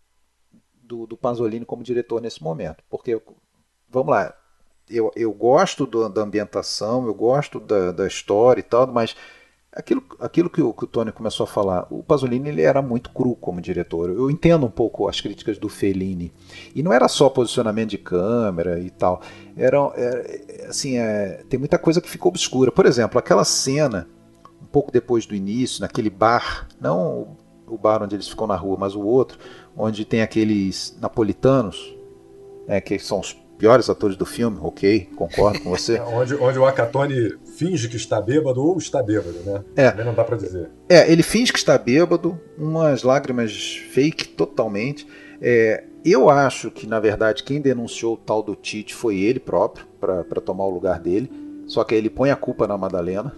do, do Pasolini como diretor nesse momento. Porque, vamos lá, eu, eu gosto do, da ambientação, eu gosto da, da história e tal, mas aquilo, aquilo que, o, que o Tony começou a falar, o Pasolini ele era muito cru como diretor. Eu entendo um pouco as críticas do Fellini. E não era só posicionamento de câmera e tal. Era, era, assim, é, tem muita coisa que ficou obscura. Por exemplo, aquela cena... um pouco depois do início, naquele bar, não o bar onde eles ficam na rua, mas o outro, onde tem aqueles napolitanos, né, que são os piores atores do filme, ok, concordo com você. É, onde, onde o Akatone finge que está bêbado ou está bêbado, né? É, também não dá pra dizer. É, ele finge que está bêbado, umas lágrimas fake totalmente. É, eu acho que, na verdade, quem denunciou o tal do Titti foi ele próprio, para tomar o lugar dele, só que aí ele põe a culpa na Madalena.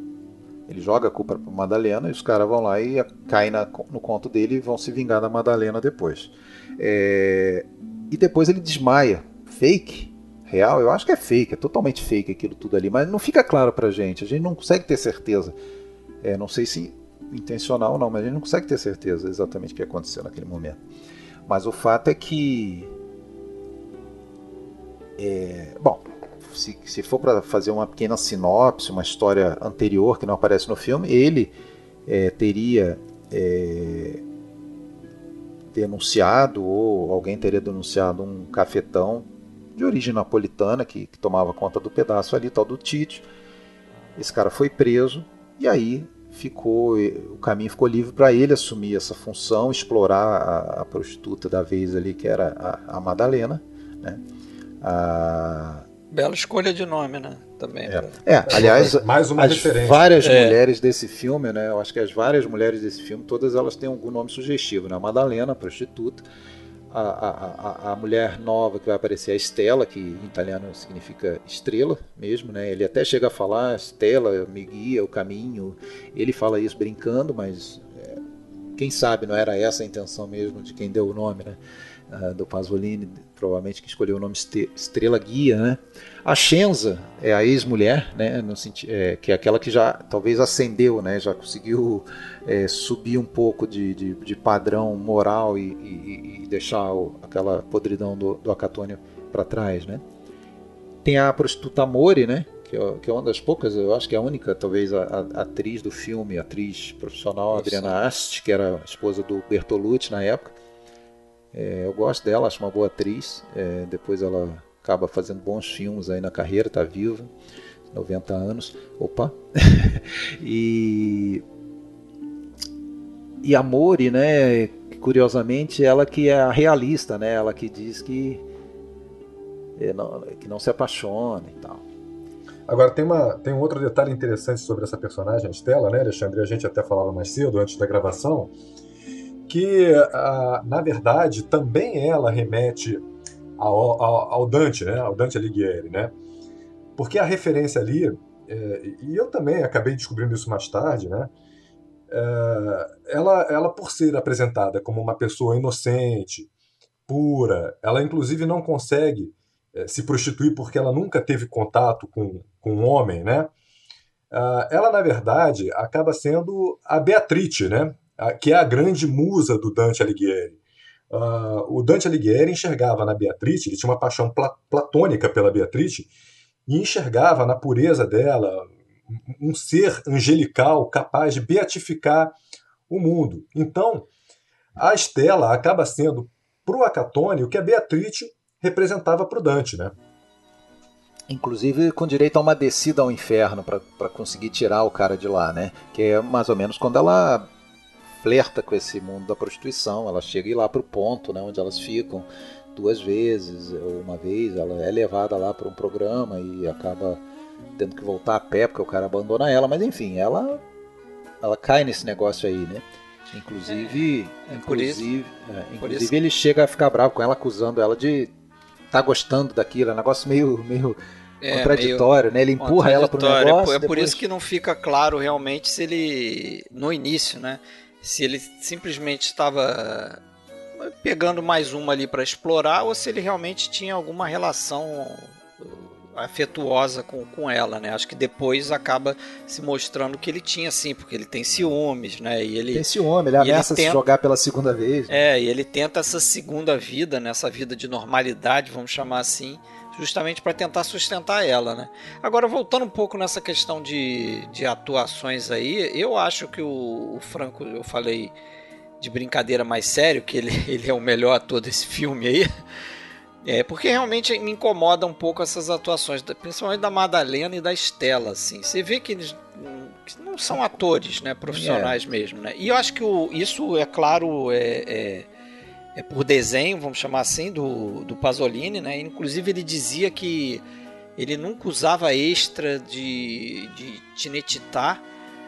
Ele joga a culpa para Madalena e os caras vão lá e caem na, no conto dele e vão se vingar da Madalena depois. É, e depois ele desmaia. Fake? Real? Eu acho que é fake, é totalmente fake aquilo tudo ali, mas não fica claro pra gente, a gente não consegue ter certeza. É, não sei se intencional ou não, mas a gente não consegue ter certeza exatamente o que aconteceu naquele momento. Mas o fato é que... É, bom... Se, se for para fazer uma pequena sinopse, uma história anterior que não aparece no filme, ele é, teria é, denunciado, ou alguém teria denunciado um cafetão de origem napolitana que, que tomava conta do pedaço ali, tal do Titti. Esse cara foi preso e aí ficou, o caminho ficou livre para ele assumir essa função, explorar a, a prostituta da vez ali, que era a, a Madalena, né? A... Bela escolha de nome, né? Também. É, é aliás, mais uma as referência. várias é. mulheres desse filme, né? Eu acho que as várias mulheres desse filme, todas elas têm algum nome sugestivo, né? A Madalena, a prostituta, a, a, a mulher nova que vai aparecer, a Stella, que em italiano significa estrela mesmo, né? Ele até chega a falar, Stella me guia o caminho. Ele fala isso brincando, mas é, quem sabe não era essa a intenção mesmo de quem deu o nome, né? Uh, do Pasolini, provavelmente que escolheu o nome Estrela Guia, né? A Scenza é a ex-mulher, né? No sentido, é, que é aquela que já talvez ascendeu, né? Já conseguiu é, subir um pouco de, de, de padrão moral e, e, e deixar o, aquela podridão do, do Acatônio para trás, né? Tem a prostituta Amore, né? Que é, que é uma das poucas, eu acho que é a única, talvez, a, a atriz do filme, a atriz profissional, Nossa. Adriana Asti, que era a esposa do Bertolucci na época. É, eu gosto dela, acho uma boa atriz. É, depois ela acaba fazendo bons filmes aí na carreira, tá viva, noventa anos. Opa! e e Amore, né? Curiosamente, ela que é a realista, né? Ela que diz que é, não, que não se apaixona e tal. Agora, tem, uma, tem um outro detalhe interessante sobre essa personagem, a Stella, né, Alexandre? A gente até falava mais cedo, antes da gravação, que, na verdade, também ela remete ao, ao, ao Dante, né? Ao Dante Alighieri, né? Porque a referência ali, é, e eu também acabei descobrindo isso mais tarde, né? É, ela, ela, por ser apresentada como uma pessoa inocente, pura, ela inclusive não consegue é, se prostituir porque ela nunca teve contato com, com um homem, né? É, ela, na verdade, acaba sendo a Beatrice, né? Que é a grande musa do Dante Alighieri. Uh, o Dante Alighieri enxergava na Beatrice, ele tinha uma paixão pla platônica pela Beatrice, e enxergava na pureza dela um ser angelical capaz de beatificar o mundo. Então, a Stella acaba sendo para o Acatone o que a Beatrice representava para o Dante, né? Inclusive com direito a uma descida ao inferno para conseguir tirar o cara de lá, né? Que é mais ou menos quando ela flerta com esse mundo da prostituição, ela chega a ir lá para o ponto, né, onde elas ficam duas vezes, ou uma vez, ela é levada lá para um programa e acaba tendo que voltar a pé porque o cara abandona ela, mas enfim, ela ela cai nesse negócio aí, né? Inclusive, é, é inclusive, é, inclusive ele chega a ficar bravo com ela, acusando ela de estar tá gostando daquilo, é um negócio meio, meio é, contraditório, né? Ele empurra ela para o negócio. É por depois... isso que não fica claro realmente se ele, no início, né? Se ele simplesmente estava pegando mais uma ali para explorar ou se ele realmente tinha alguma relação afetuosa com, com ela, né? Acho que depois acaba se mostrando que ele tinha sim, porque ele tem ciúmes, né? E ele tem ciúme, ele ameaça ele tenta, se jogar pela segunda vez. Né? É, e ele tenta essa segunda vida, né? Essa vida de normalidade, vamos chamar assim, justamente para tentar sustentar ela, né? Agora, voltando um pouco nessa questão de, de atuações aí, eu acho que o, o Franco, eu falei de brincadeira mais sério, que ele, ele é o melhor ator desse filme aí, é, porque realmente me incomoda um pouco essas atuações, principalmente da Madalena e da Stella, assim. Você vê que eles não são atores, né, profissionais é. mesmo, né? E eu acho que o, isso, é claro, é... é É por desenho, vamos chamar assim, do, do Pasolini, né? Inclusive ele dizia que ele nunca usava extra de, de Cinecittà,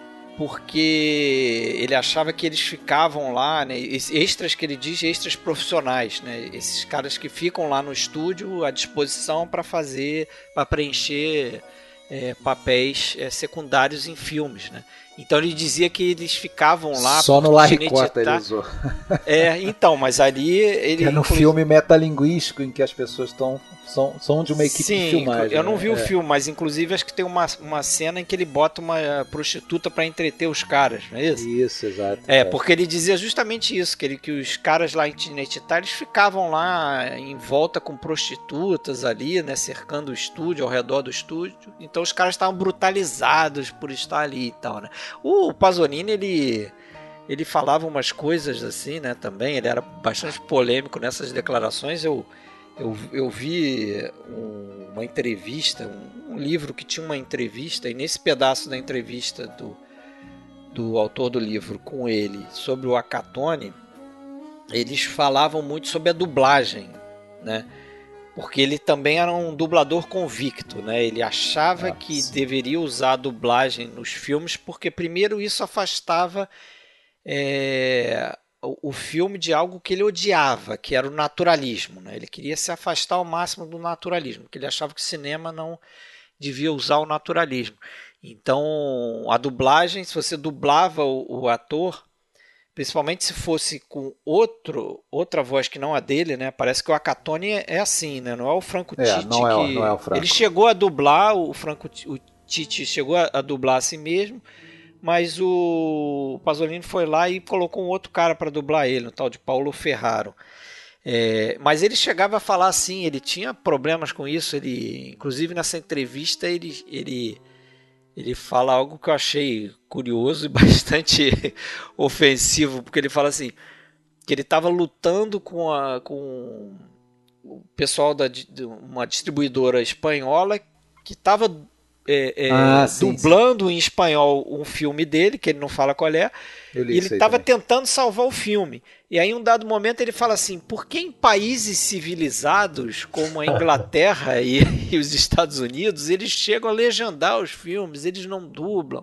porque ele achava que eles ficavam lá, né? Extras que ele diz, extras profissionais, né? Esses caras que ficam lá no estúdio à disposição para fazer, para preencher é, papéis é, secundários em filmes, né? Então ele dizia que eles ficavam lá... Só no Laricota ele usou. É, então, mas ali... Ele, que é no inclusive... filme metalinguístico em que as pessoas estão, são, são de uma equipe Sim, de filmagem. eu não né? vi é. o filme, mas inclusive acho que tem uma, uma cena em que ele bota uma prostituta para entreter os caras, não é isso? Isso, exato. É, é, porque ele dizia justamente isso, que, ele, que os caras lá em Cinecittà, eles ficavam lá em volta com prostitutas ali, né, cercando o estúdio, ao redor do estúdio. Então os caras estavam brutalizados por estar ali e tal, né? O Pasolini, ele, ele falava umas coisas assim, né, também, ele era bastante polêmico nessas declarações. Eu, eu, eu vi um, uma entrevista, um, um livro que tinha uma entrevista, e nesse pedaço da entrevista do, do autor do livro com ele, sobre o Acatone, eles falavam muito sobre a dublagem, né? Porque ele também era um dublador convicto, né? Ele achava ah, que sim. deveria usar a dublagem nos filmes, porque primeiro isso afastava é, o, o filme de algo que ele odiava, que era o naturalismo, né? Ele queria se afastar ao máximo do naturalismo, porque ele achava que o cinema não devia usar o naturalismo. Então, a dublagem, se você dublava o, o ator, principalmente se fosse com outro, outra voz que não a dele, né? Parece que o Acatone é, é assim, né? Não é o Franco é, Titti não é, que... não é o Franco. Ele chegou a dublar, o Franco o Titti chegou a, a dublar a si mesmo, mas o Pasolini foi lá e colocou um outro cara para dublar ele, o tal de Paulo Ferraro. É, mas ele chegava a falar assim, ele tinha problemas com isso, ele, inclusive nessa entrevista ele, ele, ele fala algo que eu achei curioso e bastante ofensivo, porque ele fala assim, que ele estava lutando com, a, com o pessoal da, de uma distribuidora espanhola que estava é, é, ah, sim, dublando sim. em espanhol um filme dele, que ele não fala qual é, e ele estava tentando salvar o filme. E aí, em um dado momento, ele fala assim, por que em países civilizados, como a Inglaterra e, e os Estados Unidos, eles chegam a legendar os filmes, eles não dublam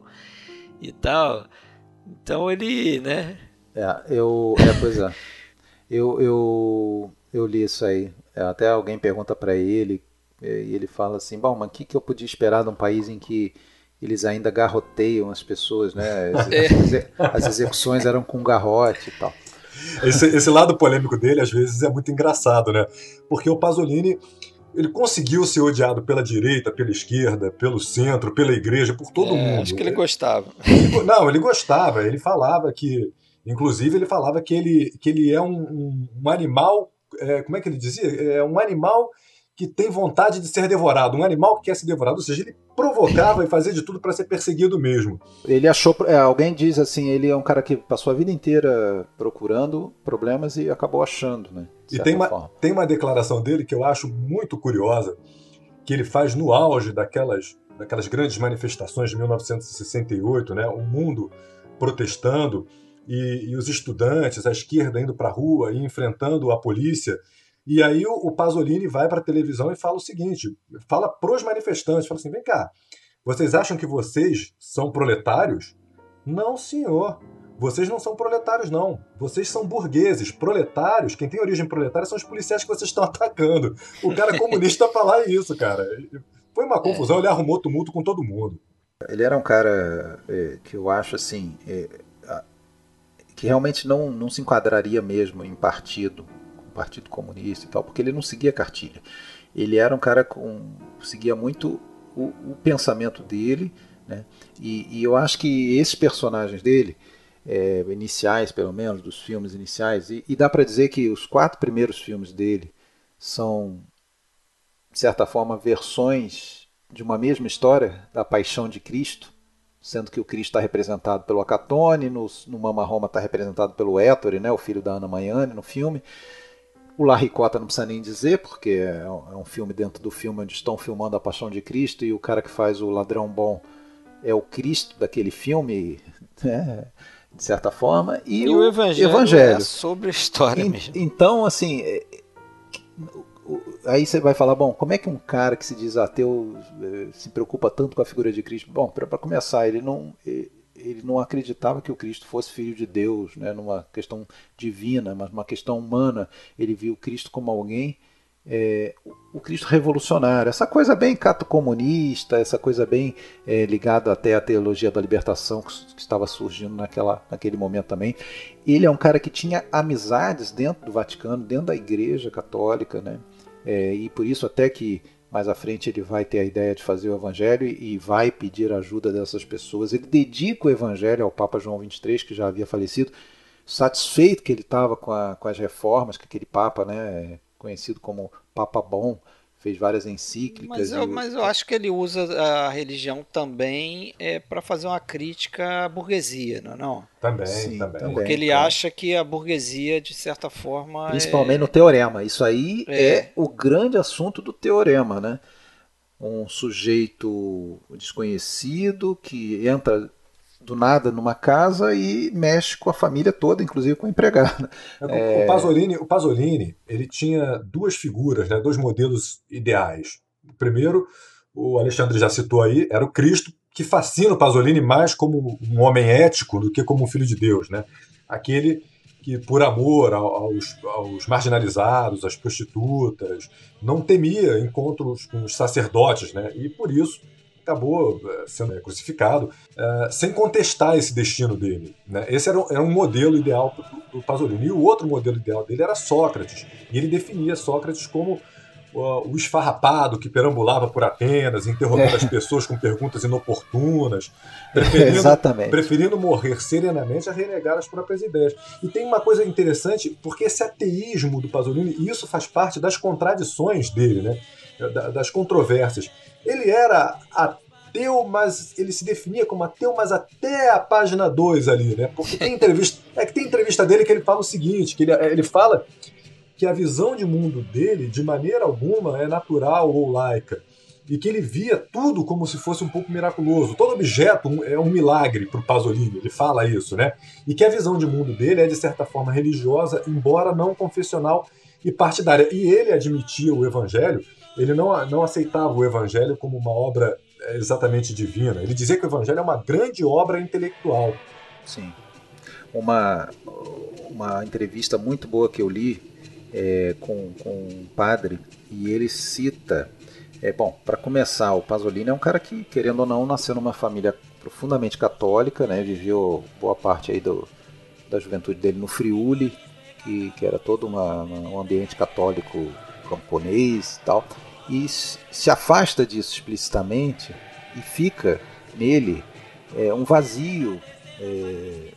e tal. Então ele, né... É, eu... É, pois é. eu, eu, eu li isso aí. Até alguém pergunta para ele, e ele fala assim, bom, mas o que, que eu podia esperar de um país em que eles ainda garroteiam as pessoas, né? As, é. as, as execuções eram com garrote e tal. Esse, esse lado polêmico dele, às vezes, é muito engraçado, né? Porque o Pasolini, ele conseguiu ser odiado pela direita, pela esquerda, pelo centro, pela igreja, por todo é, mundo. Acho que ele gostava. Ele, não, ele gostava. Ele falava que... Inclusive, ele falava que ele, que ele é um, um, um animal... É, como é que ele dizia? É um animal que tem vontade de ser devorado. Um animal que quer ser devorado. Ou seja, ele provocava e fazia de tudo para ser perseguido mesmo. Ele achou... É, alguém diz assim, ele é um cara que passou a vida inteira procurando problemas e acabou achando, né? E tem uma, tem uma declaração dele que eu acho muito curiosa, que ele faz no auge daquelas, daquelas grandes manifestações de mil novecentos e sessenta e oito, né? O mundo protestando e, e os estudantes, a esquerda indo para a rua e enfrentando a polícia. E aí o, o Pasolini vai para a televisão e fala o seguinte, fala pros manifestantes, fala assim, vem cá, vocês acham que vocês são proletários? Não, senhor. Vocês não são proletários, não. Vocês são burgueses. Proletários, quem tem origem proletária são os policiais que vocês estão atacando. O cara comunista falar isso, cara. Foi uma confusão, é. Ele arrumou tumulto com todo mundo. Ele era um cara é, que eu acho assim, é, que realmente não, não se enquadraria mesmo em partido, partido comunista e tal, porque ele não seguia cartilha. Ele era um cara com... seguia muito o, o pensamento dele, né? E, e eu acho que esses personagens dele, É, iniciais, pelo menos, dos filmes iniciais, e, e dá para dizer que os quatro primeiros filmes dele são, de certa forma, versões de uma mesma história da Paixão de Cristo, sendo que o Cristo está representado pelo Acatone, no, no Mama Roma está representado pelo Ettore, né, o filho da Ana Magnani, no filme. O Larricota não precisa nem dizer, porque é um, é um filme dentro do filme onde estão filmando a Paixão de Cristo e o cara que faz o ladrão bom é o Cristo daquele filme, né, de certa forma, e, e o, o Evangelho, evangelho. É sobre a história e, mesmo. Então, assim, aí você vai falar, bom, como é que um cara que se diz ateu se preocupa tanto com a figura de Cristo? Bom, para começar, ele não, ele não acreditava que o Cristo fosse filho de Deus, né, numa questão divina, mas numa questão humana. Ele viu o Cristo como alguém, é, o Cristo revolucionário, essa coisa bem cato-comunista, essa coisa bem é, ligada até à teologia da libertação que, que estava surgindo naquela, naquele momento também. Ele é um cara que tinha amizades dentro do Vaticano, dentro da Igreja Católica, né? É, e por isso até que mais à frente ele vai ter a ideia de fazer o Evangelho e, e vai pedir a ajuda dessas pessoas. Ele dedica o Evangelho ao Papa João vinte e três, que já havia falecido, satisfeito que ele estava com, com as reformas que aquele Papa, né, conhecido como Papa Bom, fez várias encíclicas. Mas eu, e... mas eu acho que ele usa a religião também é, para fazer uma crítica à burguesia, não é não? Também, Sim, também. também. Porque ele claro. acha que a burguesia, de certa forma... Principalmente é... no Teorema. Isso aí é. é o grande assunto do Teorema, né? Um sujeito desconhecido que entra do nada numa casa e mexe com a família toda, inclusive com a empregada. É... O, Pasolini, o Pasolini, ele tinha duas figuras, né, dois modelos ideais. O primeiro, o Alexandre já citou aí, era o Cristo, que fascina o Pasolini mais como um homem ético do que como um filho de Deus, né? Aquele que por amor aos, aos marginalizados, às prostitutas, não temia encontros com os sacerdotes, né? E por isso acabou sendo crucificado, uh, sem contestar esse destino dele, né? Esse era um, era um modelo ideal do, do Pasolini. E o outro modelo ideal dele era Sócrates. E ele definia Sócrates como uh, o esfarrapado que perambulava por Atenas, interrompendo é. as pessoas com perguntas inoportunas, preferindo, Exatamente. preferindo morrer serenamente a renegar as próprias ideias. E tem uma coisa interessante, porque esse ateísmo do Pasolini, e isso faz parte das contradições dele, né? Das controvérsias. Ele era ateu, mas ele se definia como ateu, mas até a página dois ali, né? Porque tem entrevista, é que tem entrevista dele que ele fala o seguinte, que ele, ele fala que a visão de mundo dele, de maneira alguma, é natural ou laica, e que ele via tudo como se fosse um pouco miraculoso. Todo objeto é um milagre para o Pasolini, ele fala isso, né? E que a visão de mundo dele é, de certa forma, religiosa, embora não confessional e partidária. E ele admitia o evangelho. Ele não, não aceitava o Evangelho como uma obra exatamente divina. Ele dizia que o Evangelho é uma grande obra intelectual. Sim. Uma, uma entrevista muito boa que eu li é, com, com um padre, e ele cita... É, bom, para começar, o Pasolini é um cara que, querendo ou não, nasceu numa família profundamente católica, né? Viveu boa parte aí do, da juventude dele no Friuli, que, que era todo uma, um ambiente católico camponês e tal, e se afasta disso explicitamente e fica nele é, um vazio é,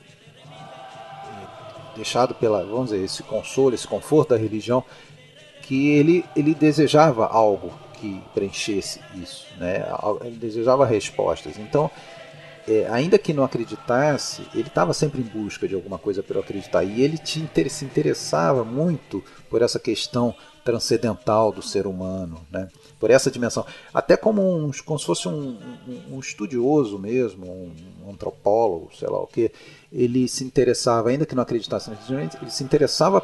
deixado pela, vamos dizer, esse consolo, esse conforto da religião, que ele, ele desejava algo que preenchesse isso, né? Ele desejava respostas. Então, é, ainda que não acreditasse, ele estava sempre em busca de alguma coisa para acreditar, e ele te, se interessava muito por essa questão transcendental do ser humano, né? Por essa dimensão, até como, um, como se fosse um, um, um estudioso mesmo, um antropólogo, sei lá o que, ele se interessava, ainda que não acreditasse, ele se interessava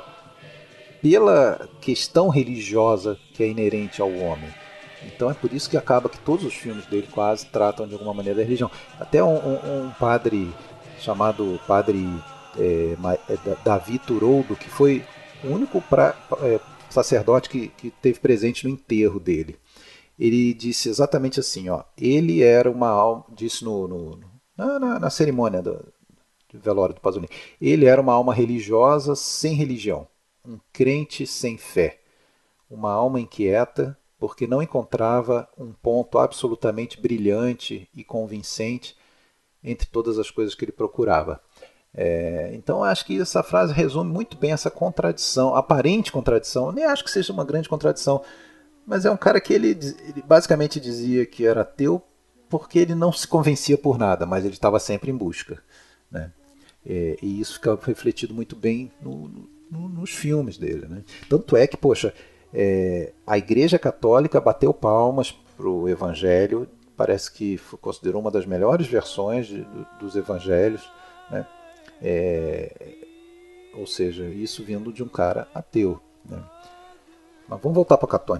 pela questão religiosa que é inerente ao homem. Então é por isso que acaba que todos os filmes dele quase tratam de alguma maneira da religião. Até um, um, um padre chamado Padre é, Davi Turodo, que foi o único pra, é, sacerdote que, que teve presente no enterro dele. Ele disse exatamente assim, ó, ele era uma alma, disse no, no, na, na, na cerimônia do, do velório do Pasolini, ele era uma alma religiosa sem religião, um crente sem fé, uma alma inquieta, porque não encontrava um ponto absolutamente brilhante e convincente entre todas as coisas que ele procurava. É, então acho que essa frase resume muito bem essa contradição, aparente contradição. Eu nem acho que seja uma grande contradição, mas é um cara que ele, ele basicamente dizia que era ateu porque ele não se convencia por nada, mas ele estava sempre em busca, né? É, e isso fica refletido muito bem no, no, nos filmes dele, né? Tanto é que, poxa, é, a Igreja Católica bateu palmas para o Evangelho, parece que considerou uma das melhores versões de, do, dos Evangelhos, né? É, ou seja, isso vindo de um cara ateu, né? Mas vamos voltar para Catone.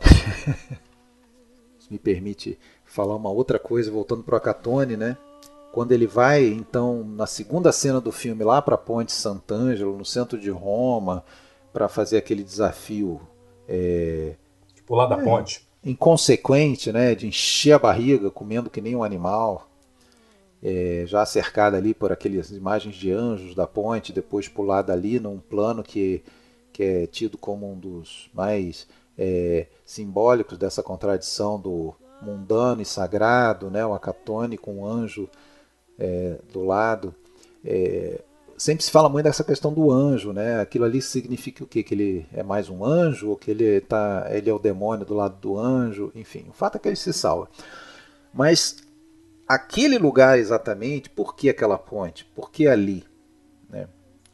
Isso me permite falar uma outra coisa, voltando para o Catone, né? Quando ele vai, então, na segunda cena do filme, lá para a Ponte Sant'Angelo, no centro de Roma, para fazer aquele desafio é, tipo lá da é, ponte, inconsequente, né? De encher a barriga, comendo que nem um animal. É, já cercada ali por aquelas imagens de anjos da ponte, depois pular dali num plano que, que é tido como um dos mais é, simbólicos dessa contradição do mundano e sagrado, né? O Acatone com um anjo é, do lado. É, sempre se fala muito dessa questão do anjo, né? Aquilo ali significa o quê? Que ele é mais um anjo, ou que ele, tá, ele é o demônio do lado do anjo, enfim. O fato é que ele se salva. Mas aquele lugar exatamente, por que aquela ponte? Por que ali? Né?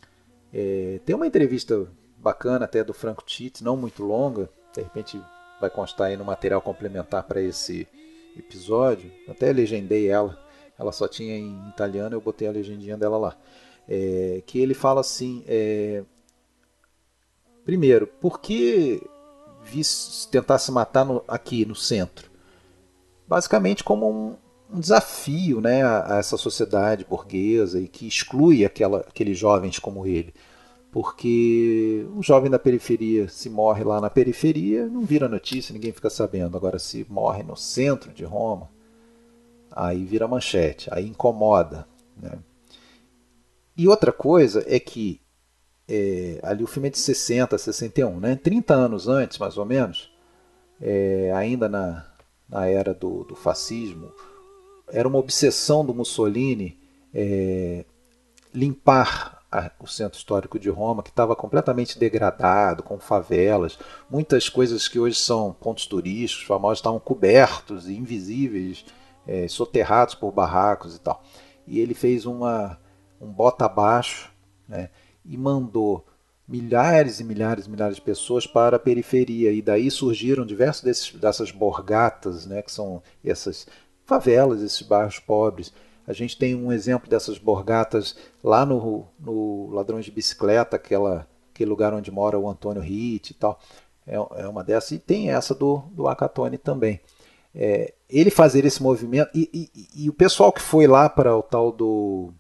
É, tem uma entrevista bacana até do Franco Titti, não muito longa, de repente vai constar aí no material complementar para esse episódio, até legendei ela, ela só tinha em italiano, eu botei a legendinha dela lá, é, que ele fala assim, é, primeiro, por que tentar se matar no, aqui no centro? Basicamente como um um desafio, né, a essa sociedade burguesa e que exclui aquela, aqueles jovens como ele. porque o jovem da periferia, se morre lá na periferia, não vira notícia, ninguém fica sabendo. Agora, se morre no centro de Roma, aí vira manchete, aí incomoda, né? E outra coisa é que é, ali o filme é de sessenta, sessenta e um, né? trinta anos antes, mais ou menos, é, ainda na, na era do, do fascismo, era uma obsessão do Mussolini é, limpar a, o centro histórico de Roma, que estava completamente degradado, com favelas. Muitas coisas que hoje são pontos turísticos famosos estavam cobertos e invisíveis, é, soterrados por barracos e tal. E ele fez uma, um bota abaixo, né, e mandou milhares e milhares e milhares de pessoas para a periferia. E daí surgiram diversos desses, dessas borgatas, né, que são essas favelas, esses bairros pobres. A gente tem um exemplo dessas borgatas lá no, no Ladrões de Bicicleta, aquela, aquele lugar onde mora o Antônio Ritt e tal. É, é uma dessas. E tem essa do, do Akatone também. É, ele fazer esse movimento. E, e, e o pessoal que foi lá para o tal do,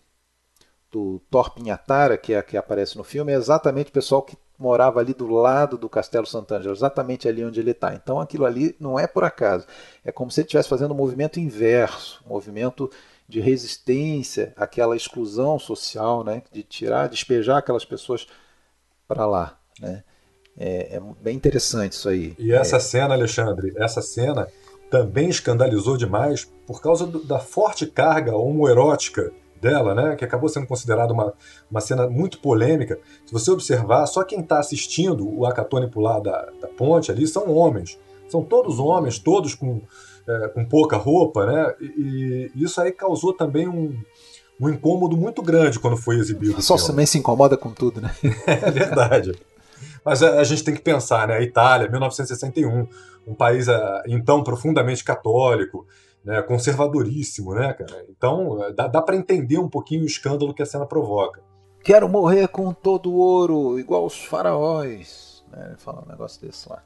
do Torpinhatara, que, é, que aparece no filme, é exatamente o pessoal que morava ali do lado do Castelo Sant'Angelo, exatamente ali onde ele está. Então aquilo ali não é por acaso. É como se ele estivesse fazendo um movimento inverso, um movimento de resistência àquela exclusão social, né, de tirar, despejar aquelas pessoas para lá, né? É, é bem interessante isso aí. E essa é... cena, Alexandre, essa cena também escandalizou demais por causa do, da forte carga homoerótica dela, né, que acabou sendo considerada uma, uma cena muito polêmica. Se você observar, só quem está assistindo o Akatone pular da, da ponte ali são homens. São todos homens, todos com, é, com pouca roupa, né? E, e isso aí causou também um, um incômodo muito grande quando foi exibido. Só também se incomoda com tudo, né? É verdade. Mas a, a gente tem que pensar, né? A Itália, mil novecentos e sessenta e um, um país então profundamente católico, né, conservadoríssimo, né, cara? Então dá, dá para entender um pouquinho o escândalo que a cena provoca. Quero morrer com todo o ouro, igual os faraós, né? Fala um negócio desse lá.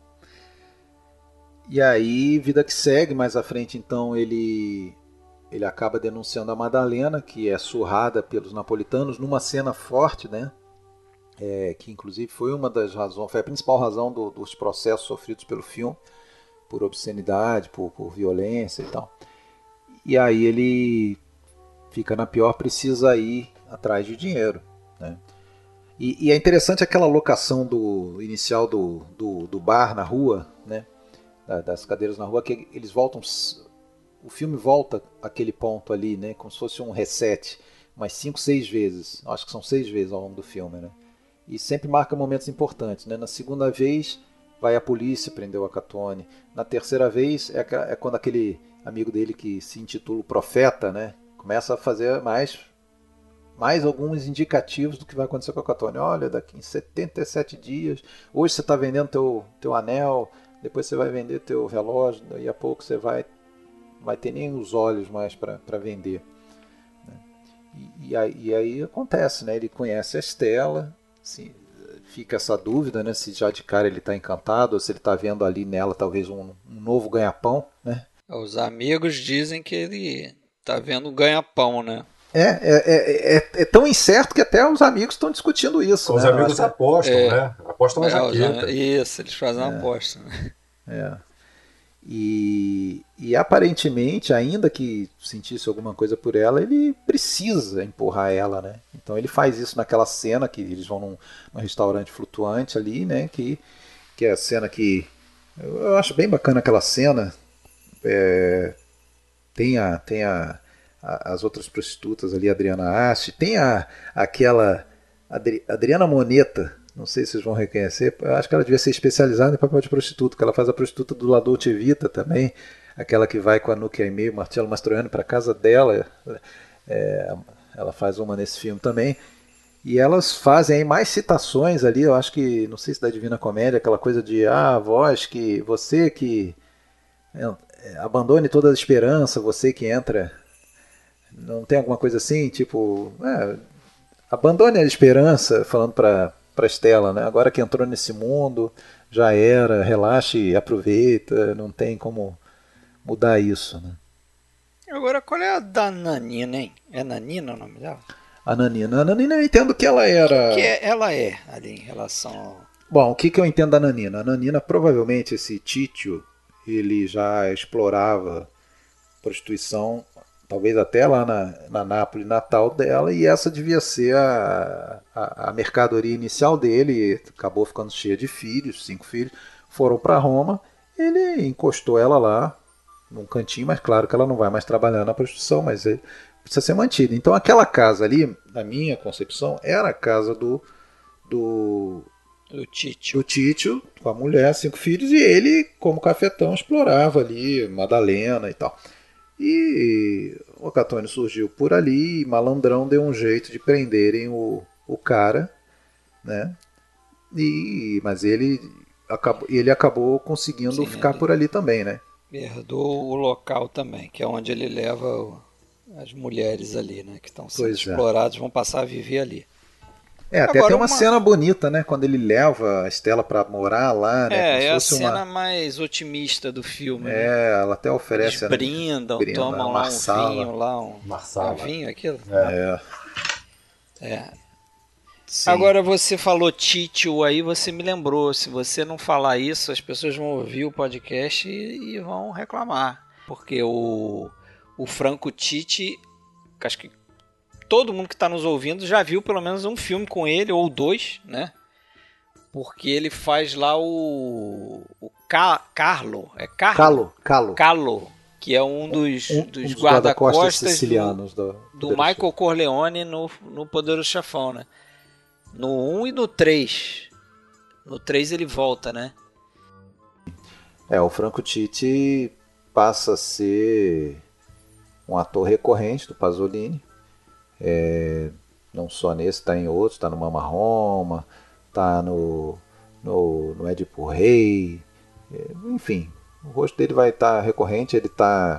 E aí, vida que segue, mais à frente então ele ele acaba denunciando a Madalena, que é surrada pelos napolitanos numa cena forte, né? É, que inclusive foi uma das razões, foi a principal razão do, dos processos sofridos pelo filme, por obscenidade, por, por violência e tal. E aí ele fica na pior, precisa ir atrás de dinheiro, né? E, e é interessante aquela locação do inicial do, do, do bar na rua, né? Das cadeiras na rua, que eles voltam, o filme volta àquele ponto ali, né, como se fosse um reset, umas cinco, seis vezes, acho que são seis vezes ao longo do filme, né, e sempre marca momentos importantes, né. Na segunda vez vai a polícia prender o Akatone, na terceira vez é, é quando aquele amigo dele que se intitula o Profeta, né, começa a fazer mais, mais alguns indicativos do que vai acontecer com o Akatone. Olha, daqui em setenta e sete dias, hoje você está vendendo teu, teu anel, depois você vai vender teu relógio, daí a pouco você vai vai ter nem os olhos mais para vender, né? E, e, aí, e aí acontece, né? Ele conhece a Estela, assim, fica essa dúvida, né? Se já de cara ele está encantado ou se ele está vendo ali nela talvez um, um novo ganha-pão, né? Os amigos dizem que ele está vendo um ganha-pão, né? É, é, é, é, é tão incerto que até os amigos estão discutindo isso. Os né? amigos apostam, é, né? Apostam na é, jaqueta. Isso, eles fazem uma é, aposta. Né? É. E, e aparentemente, ainda que sentisse alguma coisa por ela, ele precisa empurrar ela, né? Então ele faz isso naquela cena que eles vão num, num restaurante flutuante ali, né? Que, que é a cena que eu acho bem bacana aquela cena. É, tem a, tem a, a, as outras prostitutas ali, a Adriana Asti, tem a, aquela Adri, Adriana Moneta. Não sei se vocês vão reconhecer. Eu acho que ela devia ser especializada em papel de prostituta, porque ela faz a prostituta do La Dolce Vita também, aquela que vai com a Nuccia Aimee e o Marcello Mastroianni para casa dela. É, ela faz uma nesse filme também. E elas fazem aí mais citações ali, eu acho que, não sei se da Divina Comédia, aquela coisa de, ah, voz que, você que é, abandone toda a esperança, você que entra, não tem alguma coisa assim, tipo, é, abandone a esperança, falando para para Estela, né? Agora que entrou nesse mundo, já era, relaxe e aproveita, não tem como mudar isso, né? Agora, qual é a da Nanina, hein? É Nanina o nome dela? a Nanina. A Nanina eu entendo que ela era... O que é, ela é ali em relação... Bom, o que, que eu entendo da Nanina? A Nanina, provavelmente, esse Títio, ele já explorava prostituição, talvez até lá na, na Nápoles natal dela, e essa devia ser a, a, a mercadoria inicial dele. Acabou ficando cheia de filhos, cinco filhos, foram para Roma, ele encostou ela lá, num cantinho, mas claro que ela não vai mais trabalhar na prostituição, mas ele precisa ser mantida. Então aquela casa ali, na minha concepção, era a casa do... do O Títio. O Títio, com a mulher, cinco filhos, e ele, como cafetão, explorava ali Madalena e tal. E o Catone surgiu por ali, e Malandrão deu um jeito de prenderem o, o cara, né? E, mas ele acabou, ele acabou conseguindo Sim, ficar por ali também, né? Herdou o local também, que é onde ele leva o, as mulheres ali, né? Que estão sendo Pois exploradas, é. vão passar a viver ali. É, até Agora, tem uma, uma cena bonita, né? Quando ele leva a Estela pra morar lá, né? É, é a cena uma... mais otimista do filme, É, né? ela até oferece... Eles brindam, brindam tomam lá um vinho, lá um... Marsala. um vinho, aquilo? É. É. Agora você falou Títio aí, você me lembrou. Se você não falar isso, as pessoas vão ouvir o podcast e, e vão reclamar. Porque o, o Franco Titti, acho que todo mundo que está nos ouvindo já viu pelo menos um filme com ele, ou dois, né? Porque ele faz lá o, o Ca, Carlo, é Carlo? Calo, Calo. Calo, que é um dos, um, dos um guarda-costas sicilianos do, do, do Michael Corleone no, no Poderoso Chefão, né? No um e no três. No três ele volta, né? É, o Franco Titti passa a ser um ator recorrente do Pasolini. É, não só nesse, está em outros, está no Mama Roma, está no, no, no Édipo Rei, é, enfim, o rosto dele vai estar tá recorrente, ele está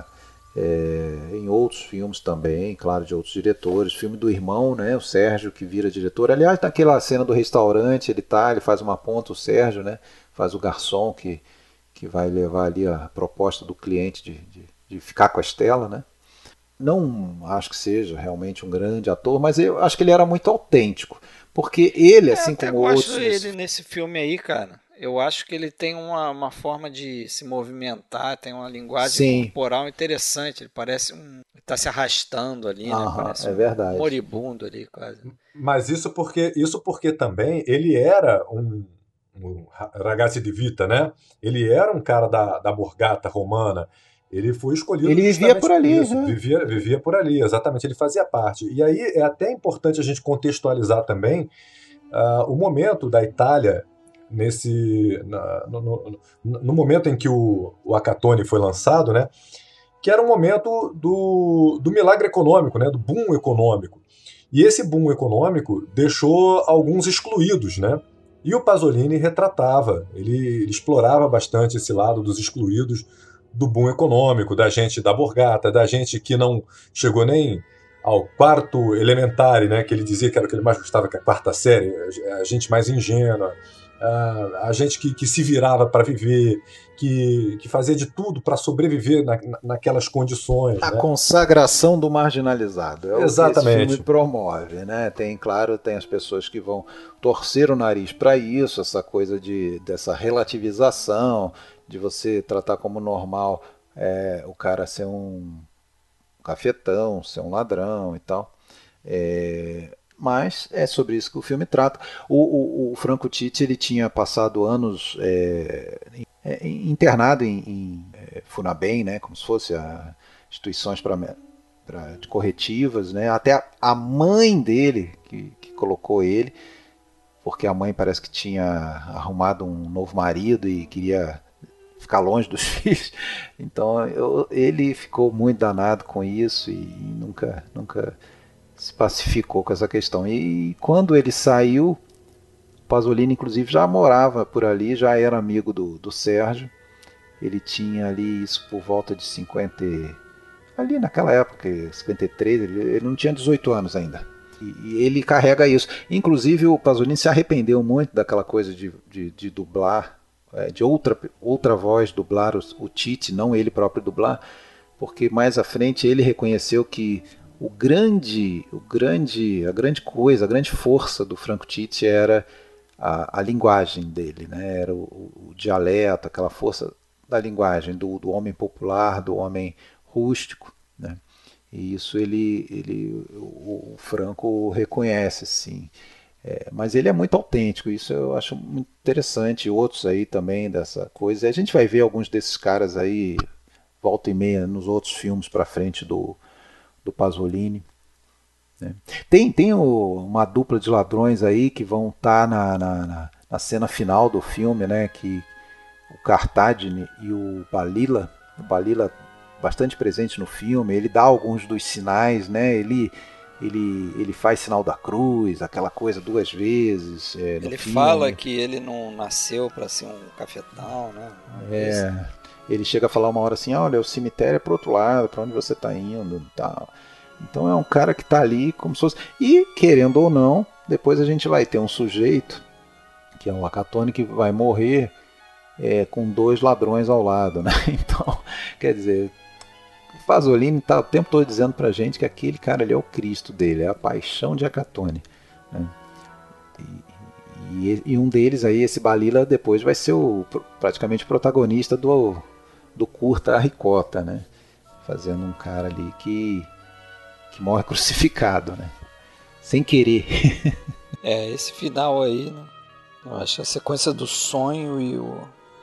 é, em outros filmes também, claro, de outros diretores, filme do irmão, né, o Sérgio, que vira diretor, aliás, naquela cena do restaurante, ele tá, ele faz uma ponta, o Sérgio, né, faz o garçom que, que vai levar ali a proposta do cliente de, de, de ficar com a Estela, né. Não acho que seja realmente um grande ator, mas eu acho que ele era muito autêntico. Porque ele, assim é, como outros... Eu gosto dele nesse filme aí, cara. Eu acho que ele tem uma, uma forma de se movimentar, tem uma linguagem Sim. corporal interessante. Ele parece um... Ele tá se arrastando ali, Aham, né? Parece é verdade. um moribundo ali, quase. Mas isso porque, isso porque também ele era um, um ragazzi di vita, né? Ele era um cara da, da borgata romana. Ele foi escolhido ele vivia por ali, por né? vivia, vivia por ali, exatamente, ele fazia parte. E aí é até importante a gente contextualizar também uh, o momento da Itália nesse na, no, no, no momento em que o, o Acatone foi lançado, né? Que era um momento do, do milagre econômico, né? Do boom econômico. E esse boom econômico deixou alguns excluídos, né? E o Pasolini retratava, ele, ele explorava bastante esse lado dos excluídos do boom econômico, da gente da borgata, da gente que não chegou nem ao quarto elementare, né, que ele dizia que era o que ele mais gostava, que a quarta série, a gente mais ingênua, a, a gente que, que se virava para viver, que, que fazia de tudo para sobreviver na, naquelas condições. A né? consagração do marginalizado. É Exatamente. O que esse filme promove, né? Tem, claro, tem as pessoas que vão torcer o nariz para isso, essa coisa de, dessa relativização, de você tratar como normal é, o cara ser um cafetão, ser um ladrão e tal. É, mas é sobre isso que o filme trata. O, o, o Franco Titti, ele tinha passado anos é, é, internado em, em é, Funabem, né, como se fosse a instituições pra, pra, de corretivas, né, até a, a mãe dele que, que colocou ele, porque a mãe parece que tinha arrumado um novo marido e queria ficar longe dos filhos. Então eu, ele ficou muito danado com isso e nunca, nunca se pacificou com essa questão. E quando ele saiu, Pasolini inclusive já morava por ali, já era amigo do, do Sérgio. Ele tinha ali isso por volta de cinquenta, ali naquela época, cinquenta e três, ele, ele não tinha dezoito anos ainda. E, e ele carrega isso. Inclusive o Pasolini se arrependeu muito daquela coisa de, de, de dublar, de outra, outra voz dublar o, o Titti, não ele próprio dublar, porque mais à frente ele reconheceu que o grande, o grande, a grande coisa, a grande força do Franco Titti era a, a linguagem dele, né? Era o, o dialeto, aquela força da linguagem, do, do homem popular, do homem rústico, né? E isso ele, ele o, o Franco reconhece, sim. É, mas ele é muito autêntico, isso eu acho muito interessante. Outros aí também dessa coisa. E a gente vai ver alguns desses caras aí, volta e meia, nos outros filmes para frente do, do Pasolini. Né? Tem, tem o, uma dupla de ladrões aí que vão estar tá na, na, na cena final do filme, né? Que o Cartagine e o Balila, o Balila bastante presente no filme, ele dá alguns dos sinais, né? Ele, ele, ele faz sinal da cruz, aquela coisa duas vezes. É, no ele filme. Fala que ele não nasceu para ser um cafetão, né? É, ele chega a falar uma hora assim, olha, o cemitério é pro outro lado, para onde você tá indo, tal. Então é um cara que tá ali como se fosse... E, querendo ou não, depois a gente vai ter um sujeito, que é um Lacattone, que vai morrer é, com dois ladrões ao lado, né? Então, quer dizer, o Pasolini tá o tempo todo dizendo pra gente que aquele cara ali é o Cristo dele, é a paixão de Lacattone, né? E, e, e um deles aí, esse Balila, depois vai ser o, praticamente o protagonista do, do curta A Ricota, né? Fazendo um cara ali que... que morre crucificado, né? Sem querer. É, esse final aí, né? Eu acho a sequência do sonho e o...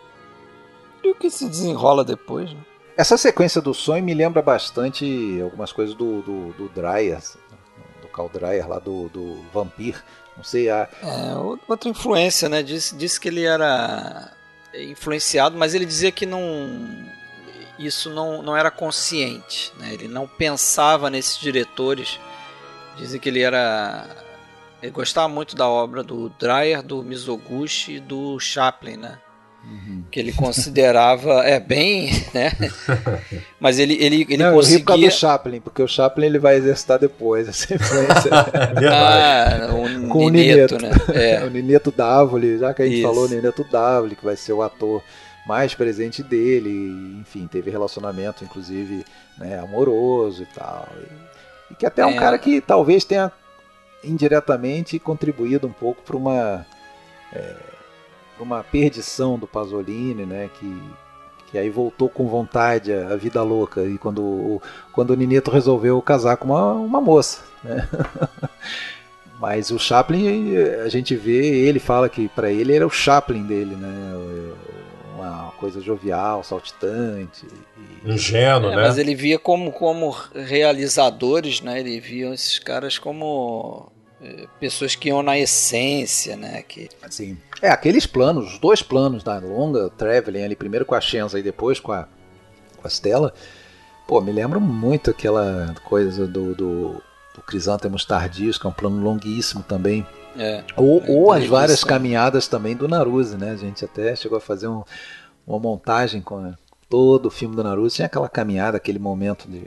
e o que se desenrola depois, né? Essa sequência do sonho me lembra bastante algumas coisas do, do, do Dreyer, do Carl Dreyer, lá do, do Vampir. Não sei, a... É, outra influência, né? Disse, disse que ele era influenciado, mas ele dizia que não... isso não, não era consciente, né? Ele não pensava nesses diretores. Dizem que ele era... ele gostava muito da obra do Dreyer, do Mizoguchi e do Chaplin, né? Uhum. Que ele considerava... é, bem... né? Mas ele, ele, ele não, conseguia... eu ri por causa do Chaplin, porque o Chaplin ele vai exercitar depois essa influência. Ah, o com Nineto, o Nineto, né? É. O Nineto Davoli, já que a gente Isso. falou, o Nineto Davoli, que vai ser o ator mais presente dele, enfim, teve relacionamento, inclusive, né, amoroso e tal. E, e que até é um é. cara que talvez tenha indiretamente contribuído um pouco para uma, é, uma perdição do Pasolini, né, que, que aí voltou com vontade à vida louca, e quando, o, quando o Nineto resolveu casar com uma, uma moça, né? Mas o Chaplin, a gente vê, ele fala que para ele era o Chaplin dele, né? Uma coisa jovial, saltitante. E... ingênuo, é, né? Mas ele via como, como realizadores, né? Ele via esses caras como é, pessoas que iam na essência, né? Que... Sim. É, aqueles planos, os dois planos da longa, Traveling ali, primeiro com a Shenza e depois com a, com a Stella, pô, me lembram muito aquela coisa do, do, do Crisântemos Tardios, que é um plano longuíssimo também. É, ou é ou as várias isso, caminhadas também do Naruse, né? A gente até chegou a fazer um, uma montagem com todo o filme do Naruse. Tinha aquela caminhada, aquele momento de,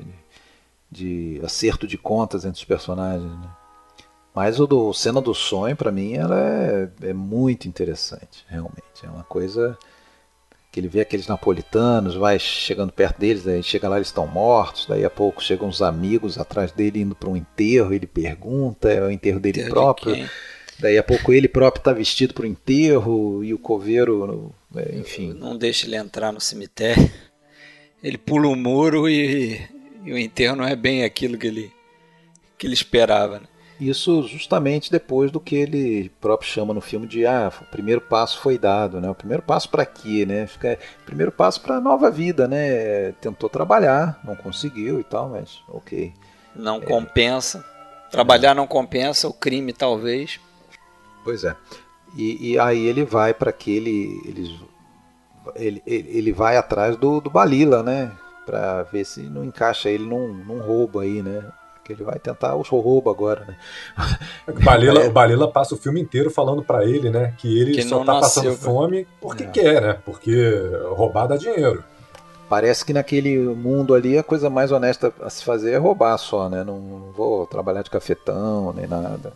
de acerto de contas entre os personagens, né? Mas o do Cena do Sonho, para mim, ela é, é muito interessante, realmente. É uma coisa que ele vê aqueles napolitanos, vai chegando perto deles, aí chega lá, eles estão mortos, daí a pouco chegam os amigos atrás dele indo para um enterro, ele pergunta, é o enterro dele enterro próprio. De daí a pouco ele próprio está vestido para o enterro e o coveiro, enfim. Não deixa ele entrar no cemitério. Ele pula o muro e, e o enterro não é bem aquilo que ele, que ele esperava, né? Isso justamente depois do que ele próprio chama no filme de ah, o primeiro passo foi dado, né? O primeiro passo para quê, né? Fica, primeiro passo para nova vida, né? Tentou trabalhar, não conseguiu e tal, mas ok. Não é. compensa. Trabalhar não compensa, o crime talvez. Pois é. E, e aí ele vai para aquele... Ele, ele, ele vai atrás do, do Balila, né? Para ver se não encaixa ele num, num roubo aí, né? Que ele vai tentar o roubo agora, né? O Balila, é. o Balila passa o filme inteiro falando pra ele, né? Que ele que só tá nasceu, passando fome porque é. quer, né? Porque roubar dá dinheiro. Parece que naquele mundo ali a coisa mais honesta a se fazer é roubar só, né? Não, não vou trabalhar de cafetão nem nada.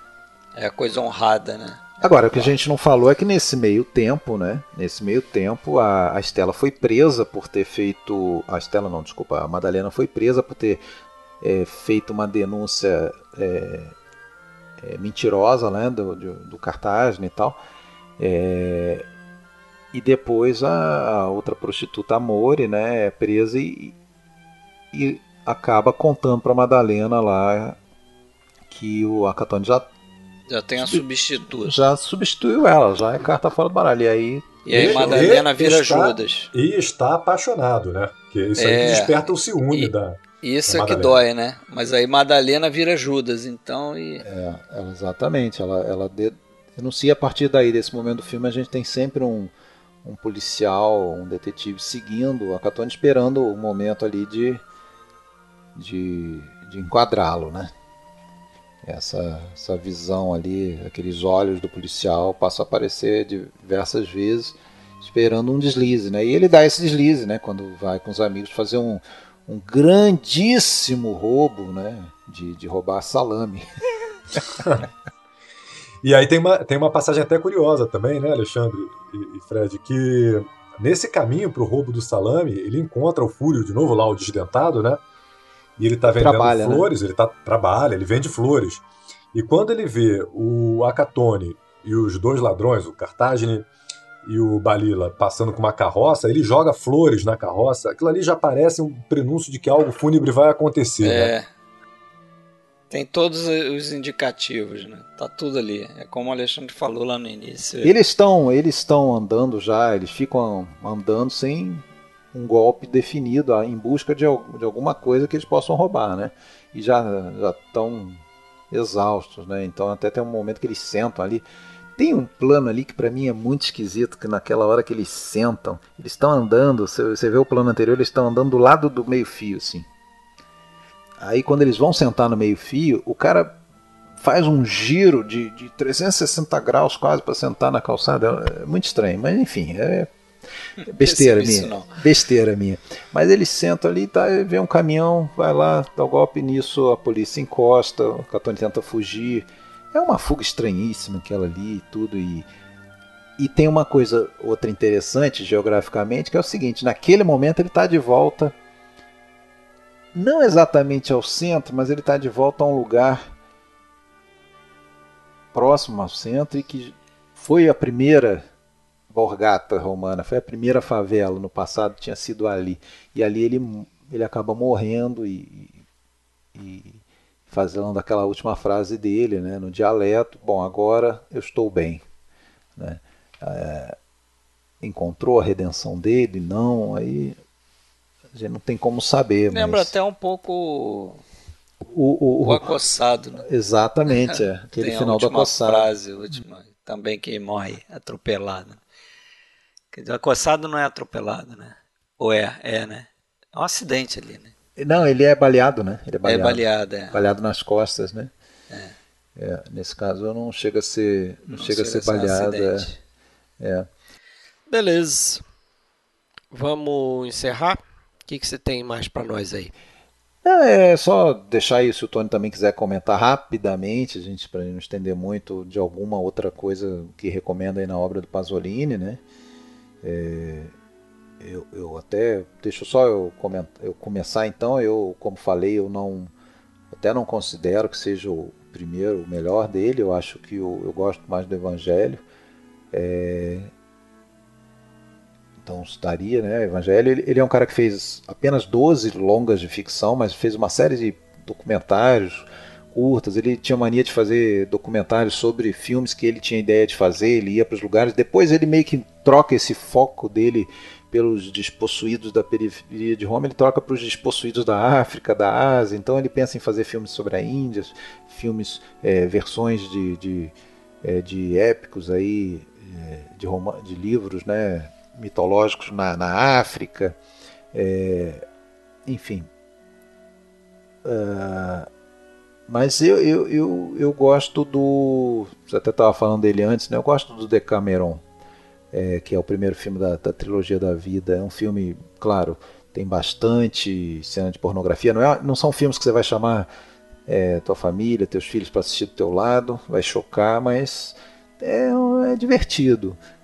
É a coisa honrada, né? Agora, o que a gente não falou é que nesse meio tempo, né? Nesse meio tempo, a, a Stella foi presa por ter feito... A Stella não, desculpa. A Madalena foi presa por ter é, feito uma denúncia é, é, mentirosa, né, do, do, do Cartagena e tal. É, e depois a, a outra prostituta, Amore, né, é presa e, e acaba contando para Madalena lá que o Acatone já já tem a substituta, já substituiu ela, já é carta fora do baralho. E aí, e aí Madalena vira está, Judas e está apaixonado, né? Porque isso aí é, que desperta o ciúme e, da isso da é que dói, né? Mas aí Madalena vira Judas, então e é, ela, exatamente, ela, ela de, denuncia. A partir daí, desse momento do filme, a gente tem sempre um um policial, um detetive seguindo o Acatone, esperando o momento ali de de, de enquadrá-lo, né? Essa, essa visão ali, aqueles olhos do policial passam a aparecer diversas vezes, esperando um deslize, né? E ele dá esse deslize, né? Quando vai com os amigos fazer um, um grandíssimo roubo, né? De, de roubar salame. E aí tem uma, tem uma passagem até curiosa também, né, Alexandre e, e Fred, que nesse caminho para o roubo do salame, ele encontra o Fúrio de novo lá, o desdentado, né? E ele tá vendendo trabalha, flores, né? ele tá, trabalha, ele vende flores. E quando ele vê o Acatone e os dois ladrões, o Cartagena e o Balila, passando com uma carroça, ele joga flores na carroça. Aquilo ali já parece um prenúncio de que algo fúnebre vai acontecer, é, né? Tem todos os indicativos, né? Tá tudo ali. É como o Alexandre falou lá no início. Eles estão eles estão andando já, eles ficam andando sem um golpe definido, em busca de, de alguma coisa que eles possam roubar, né? E já já estão exaustos, né? Então até tem um momento que eles sentam ali. Tem um plano ali que para mim é muito esquisito, que naquela hora que eles sentam, eles estão andando, você vê o plano anterior, eles estão andando do lado do meio-fio, assim. Aí quando eles vão sentar no meio-fio, o cara faz um giro de, de trezentos e sessenta graus quase para sentar na calçada. É muito estranho, mas enfim, é besteira minha. Não. Besteira minha. Mas eles sentam ali, tá, vê um caminhão, vai lá, dá o um golpe nisso, a polícia encosta, o Acatone tenta fugir. É uma fuga estranhíssima aquela ali e tudo. E, e tem uma coisa, outra interessante geograficamente, que é o seguinte, naquele momento ele está de volta, não exatamente ao centro, mas ele está de volta a um lugar próximo ao centro e que foi a primeira Borgata romana, foi a primeira favela, no passado tinha sido ali. E ali ele, ele acaba morrendo e, e fazendo aquela última frase dele, né, no dialeto, bom, agora eu estou bem. Né? É, encontrou a redenção dele? Não, aí a gente não tem como saber. Lembra mas... até um pouco o, o, o acossado, né? Exatamente, é. Aquele tem final do acossado. Frase, a última, também que morre atropelado. Quer dizer, o acossado não é atropelado, né? Ou é? É, né? É um acidente ali, né? Não, ele é baleado, né? Ele é baleado. É baleado, é. Baleado nas costas, né? É. É, nesse caso não chega a ser, não, não chega, chega a ser baleado. É. É. Beleza. Vamos encerrar? O que, que você tem mais para nós aí? É só deixar aí, se o Tony também quiser comentar rapidamente, a gente, para não estender muito, de alguma outra coisa que recomenda aí na obra do Pasolini, né? É, eu, eu até, deixa só eu, comentar, eu começar então, eu, como falei, eu não, até não considero que seja o primeiro, o melhor dele, eu acho que eu, eu gosto mais do Evangelho. É, então estaria, né? Evangelho, ele, ele é um cara que fez apenas doze longas de ficção, mas fez uma série de documentários curtas. Ele tinha mania de fazer documentários sobre filmes que ele tinha ideia de fazer, ele ia para os lugares, depois ele meio que troca esse foco dele pelos despossuídos da periferia de Roma, ele troca para os despossuídos da África, da Ásia. Então ele pensa em fazer filmes sobre a Índia, filmes, é, versões de, de, é, de épicos aí, é, de, de livros, né, mitológicos na, na África, é, enfim. Uh, mas eu, eu, eu, eu gosto do... Você até estava falando dele antes, né? Eu gosto do Decameron, é, que é o primeiro filme da, da trilogia da vida. É um filme, claro, tem bastante cena de pornografia. Não, é, não são filmes que você vai chamar é, tua família, teus filhos para assistir do teu lado, vai chocar, mas é, é divertido.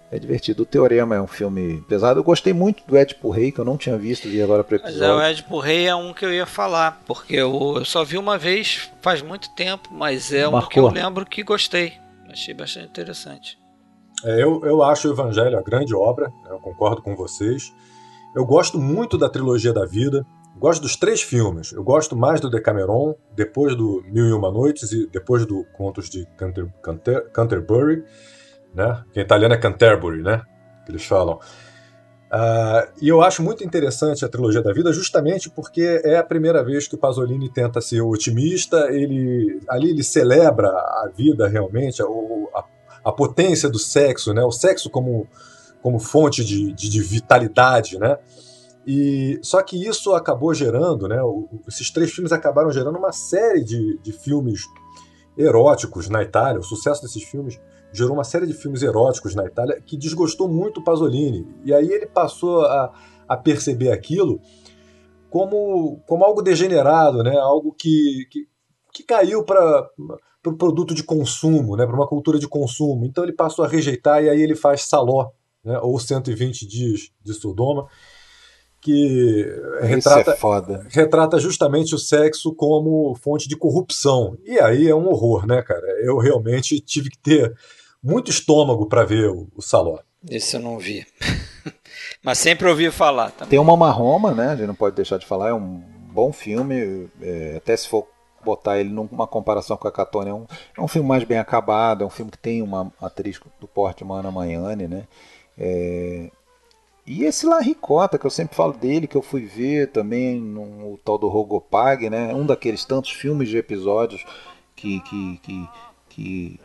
É divertido. O Teorema é um filme pesado. Eu gostei muito do Édipo Rei, que eu não tinha visto, vi agora para episódio. Mas é, o Édipo Rei é um que eu ia falar, porque eu, eu só vi uma vez faz muito tempo, mas é Marcou. um que eu lembro que gostei. Achei bastante interessante. É, eu, eu acho o Evangelho a grande obra, eu concordo com vocês. Eu gosto muito da trilogia da vida, gosto dos três filmes. Eu gosto mais do Decameron, depois do Mil e Uma Noites e depois do Contos de Canter, Canter, Canterbury, né? Que em italiano é Canterbury, né? Que eles falam. Uh, e eu acho muito interessante a trilogia da vida justamente porque é a primeira vez que o Pasolini tenta ser otimista. Ele, ali ele celebra a vida realmente, a, a, a potência do sexo, né? O sexo como, como fonte de, de, de vitalidade, né? E, só que isso acabou gerando, né? O, esses três filmes acabaram gerando uma série de, de filmes eróticos na Itália. O sucesso desses filmes gerou uma série de filmes eróticos na Itália que desgostou muito o Pasolini. E aí ele passou a, a perceber aquilo como, como algo degenerado, né? Algo que, que, que caiu para o pro produto de consumo, né? Para uma cultura de consumo. Então ele passou a rejeitar e aí ele faz Saló, né? Ou cento e vinte Dias de Sodoma, que retrata, é retrata justamente o sexo como fonte de corrupção. E aí é um horror, né, cara? Eu realmente tive que ter muito estômago para ver o, o Saló. Esse eu não vi. Mas sempre ouvi falar também. Tem uma Marroma, né? A gente não pode deixar de falar. É um bom filme. É, até se for botar ele numa comparação com a Catone, é um, é um filme mais bem acabado. É um filme que tem uma atriz do porte de uma Ana Magnani, né? É... E esse La Ricota, que eu sempre falo dele, que eu fui ver também no o tal do Rogopag, né? Um daqueles tantos filmes de episódios que, que, que, que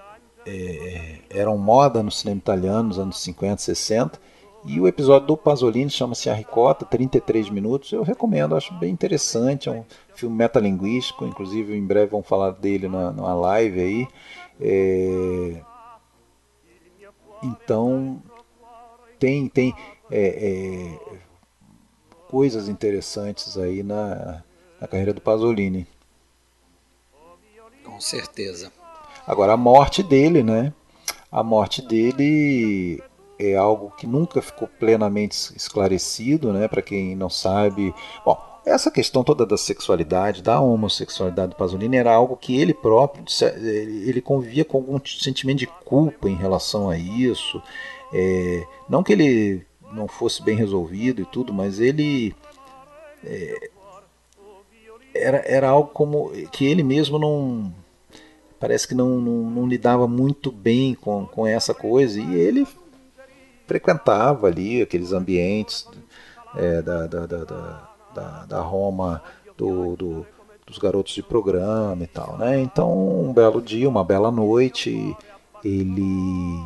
é, eram moda no cinema italiano nos anos cinquenta, sessenta. E o episódio do Pasolini chama-se A Ricota, trinta e três minutos. Eu recomendo, acho bem interessante. É um filme metalinguístico, inclusive em breve vamos falar dele na, numa live aí. É... Então, tem... tem É, é, coisas interessantes aí na, na carreira do Pasolini. Com certeza. Agora, a morte dele, né? A morte dele é algo que nunca ficou plenamente esclarecido, né? Para quem não sabe. Bom, essa questão toda da sexualidade, da homossexualidade do Pasolini era algo que ele próprio, ele convivia com algum sentimento de culpa em relação a isso. É, não que ele não fosse bem resolvido e tudo, mas ele é, era, era algo como que ele mesmo não parece que não, não, não lidava muito bem com, com essa coisa, e ele frequentava ali aqueles ambientes é, da, da, da, da, da Roma do, do, dos garotos de programa e tal, né? Então um belo dia, uma bela noite, ele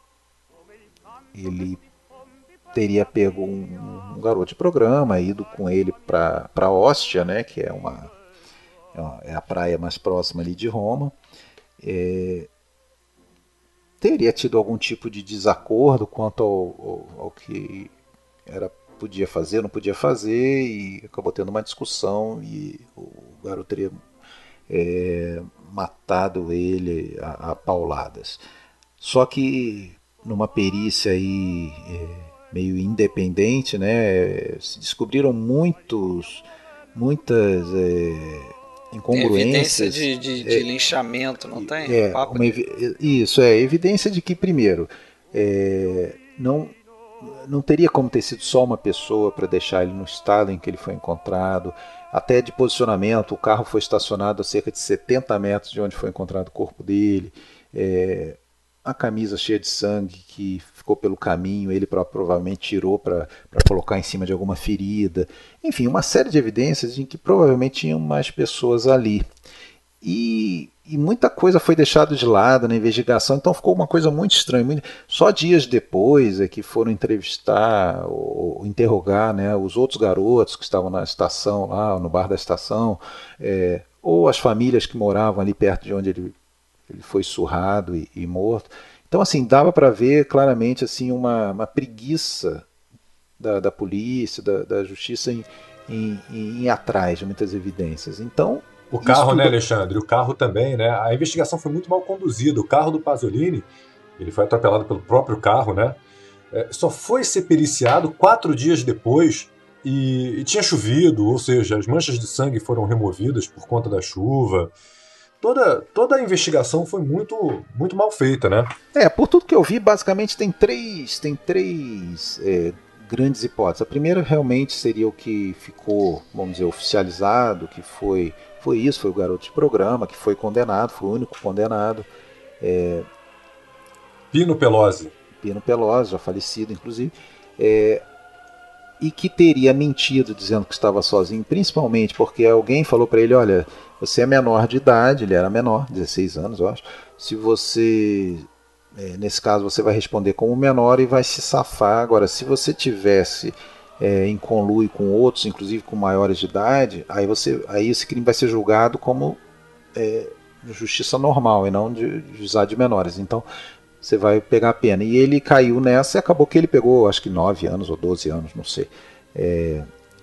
ele teria pego um, um garoto de programa, ido com ele para Ostia, né, que é, uma, é, uma, é a praia mais próxima ali de Roma. É, teria tido algum tipo de desacordo quanto ao, ao, ao que era, podia fazer, não podia fazer, e acabou tendo uma discussão e o garoto teria é, matado ele a, a pauladas. Só que numa perícia aí é, meio independente, né, se descobriram muitos, muitas é, incongruências. Tem evidência de, de, de é, linchamento, não tem? É, uma, isso, é evidência de que, primeiro, é, não, não teria como ter sido só uma pessoa para deixar ele no estado em que ele foi encontrado. Até de posicionamento, o carro foi estacionado a cerca de setenta metros de onde foi encontrado o corpo dele. É, a camisa cheia de sangue que ficou pelo caminho, ele provavelmente tirou para colocar em cima de alguma ferida. Enfim, uma série de evidências em que provavelmente tinham mais pessoas ali. E, e muita coisa foi deixada de lado na investigação, então ficou uma coisa muito estranha. Muito... Só dias depois é que foram entrevistar ou, ou interrogar, né, os outros garotos que estavam na estação, lá no bar da estação, é, ou as famílias que moravam ali perto de onde ele ele foi surrado e, e morto. Então, assim, dava para ver claramente assim, uma, uma preguiça da, da polícia, da, da justiça em, em, em ir atrás de muitas evidências. Então, o carro, tudo... né, Alexandre? O carro também, né? A investigação foi muito mal conduzida. O carro do Pasolini ele foi atropelado pelo próprio carro, né? É, só foi ser periciado quatro dias depois e, e tinha chovido, ou seja, as manchas de sangue foram removidas por conta da chuva. Toda, toda a investigação foi muito, muito mal feita, né? É, por tudo que eu vi, basicamente tem três, tem três é, grandes hipóteses. A primeira realmente seria o que ficou, vamos dizer, oficializado, que foi, foi isso, foi o garoto de programa, que foi condenado, foi o único condenado. É... Pino Pelosi. Pino Pelosi, já falecido, inclusive. É... E que teria mentido dizendo que estava sozinho, principalmente porque alguém falou para ele, olha, você é menor de idade, ele era menor, dezesseis anos, eu acho. Se você, é, nesse caso, você vai responder como menor e vai se safar. Agora, se você tivesse é, em conluio com outros, inclusive com maiores de idade, aí, você, aí esse crime vai ser julgado como é, justiça normal e não de juizado de menores. Então, você vai pegar a pena. E ele caiu nessa e acabou que ele pegou, acho que nove anos ou doze anos, não sei. É...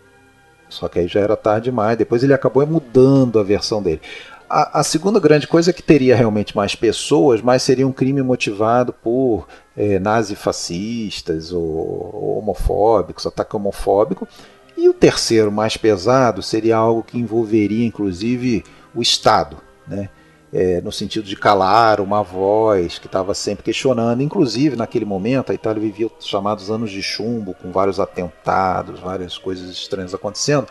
Só que aí já era tarde demais. Depois ele acabou mudando a versão dele. A, a segunda grande coisa é que teria realmente mais pessoas, mas seria um crime motivado por é, nazifascistas ou, ou homofóbicos, ataque homofóbico. E o terceiro, mais pesado, seria algo que envolveria inclusive o Estado, né? É, no sentido de calar uma voz que estava sempre questionando. Inclusive, naquele momento, a Itália vivia os chamados anos de chumbo, com vários atentados, várias coisas estranhas acontecendo.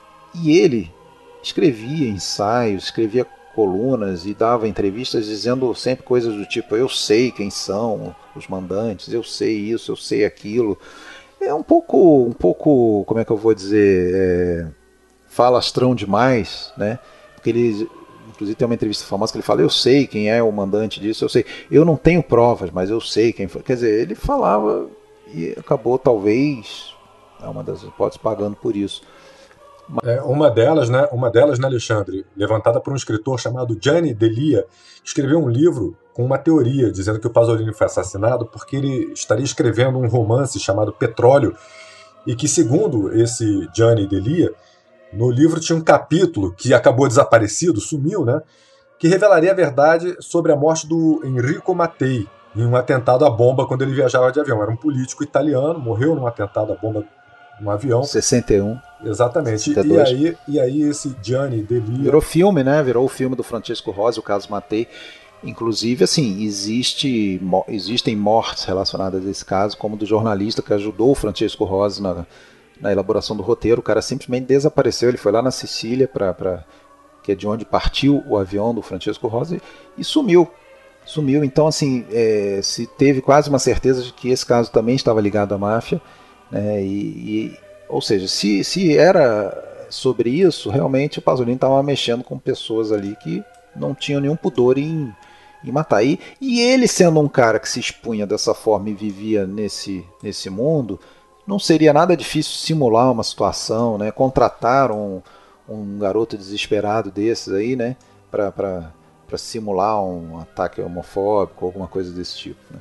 E ele escrevia ensaios, escrevia colunas e dava entrevistas dizendo sempre coisas do tipo, eu sei quem são os mandantes, eu sei isso, eu sei aquilo. É um pouco, um pouco como é que eu vou dizer, é, falastrão demais, né? Porque ele... Inclusive tem uma entrevista famosa que ele fala, eu sei quem é o mandante disso, eu sei, eu não tenho provas, mas eu sei quem foi. Quer dizer, ele falava e acabou talvez, é uma das hipóteses, pagando por isso. Mas... É, uma delas, né, uma delas, né, Alexandre, levantada por um escritor chamado Gianni Delia, escreveu um livro com uma teoria, dizendo que o Pasolini foi assassinado porque ele estaria escrevendo um romance chamado Petróleo, e que, segundo esse Gianni Delia, no livro tinha um capítulo que acabou desaparecido, sumiu, né? Que revelaria a verdade sobre a morte do Enrico Mattei em um atentado à bomba quando ele viajava de avião. Era um político italiano, morreu num atentado à bomba num avião. sessenta e um. Exatamente. sessenta e dois. E aí, e aí esse Gianni Delia... Virou filme, né? Virou o filme do Francesco Rosi, o caso Mattei. Inclusive, assim, existe, existem mortes relacionadas a esse caso, como do jornalista que ajudou o Francesco Rosi na... na elaboração do roteiro. O cara simplesmente desapareceu, ele foi lá na Sicília, pra, pra, que é de onde partiu o avião do Francesco Rosi, e sumiu. Sumiu. Então, assim, é, se teve quase uma certeza de que esse caso também estava ligado à máfia, né, e, e, ou seja, se, se era sobre isso, realmente o Pasolini estava mexendo com pessoas ali que não tinham nenhum pudor em, em matar. E, e ele, sendo um cara que se expunha dessa forma e vivia nesse, nesse mundo, não seria nada difícil simular uma situação, né? Contratar um, um garoto desesperado desses aí, né? Para simular um ataque homofóbico, alguma coisa desse tipo, né?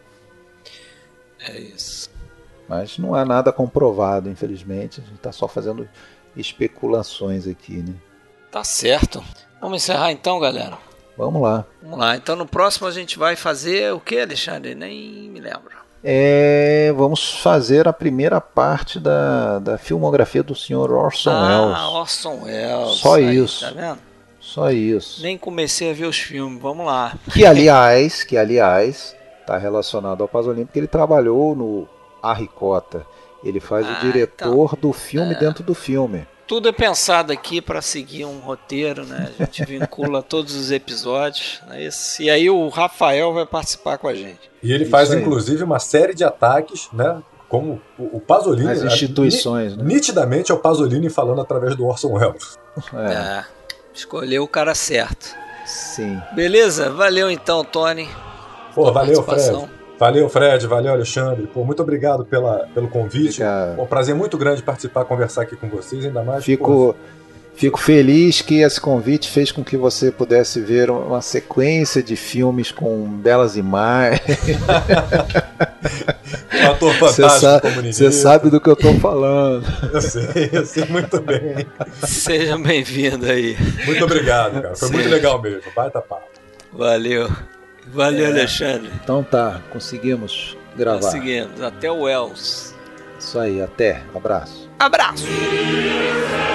É isso. Mas não há nada comprovado, infelizmente. A gente está só fazendo especulações aqui, né? Tá certo. Vamos encerrar então, galera? Vamos lá. Vamos lá. Então no próximo a gente vai fazer o que, Alexandre? Nem me lembro. É, vamos fazer a primeira parte da, da filmografia do senhor Orson ah, Welles. Ah, Orson Welles. Só aí, isso. Tá vendo? Só isso. Nem comecei a ver os filmes, vamos lá. Que aliás, que aliás, está relacionado ao Pasolini, porque ele trabalhou no A Ricota. Ele faz ah, o diretor então, do filme é... dentro do filme. Tudo é pensado aqui para seguir um roteiro, né? A gente vincula todos os episódios, não é isso? E aí o Rafael vai participar com a gente. E ele faz, inclusive, uma série de ataques, né? Como o Pasolini... As instituições, a, né? Nitidamente é o Pasolini falando através do Orson Welles. É. é, escolheu o cara certo. Sim. Beleza? Valeu então, Tony. Pô, valeu, Fred. Valeu, Fred. Valeu, Alexandre. Pô, muito obrigado pela, pelo convite. É um prazer muito grande participar, conversar aqui com vocês, ainda mais... Fico, fico feliz que esse convite fez com que você pudesse ver uma sequência de filmes com belas imagens. Um ator fantástico como ninguém. Você sabe do que eu estou falando. Eu sei, eu sei muito bem. Seja bem-vindo aí. Muito obrigado, cara. Foi Sim. muito legal mesmo. Baita papo. Valeu. Valeu, é. Alexandre. Então tá, conseguimos gravar. Conseguimos. Até o Wells. Isso aí, até. Abraço. Abraço.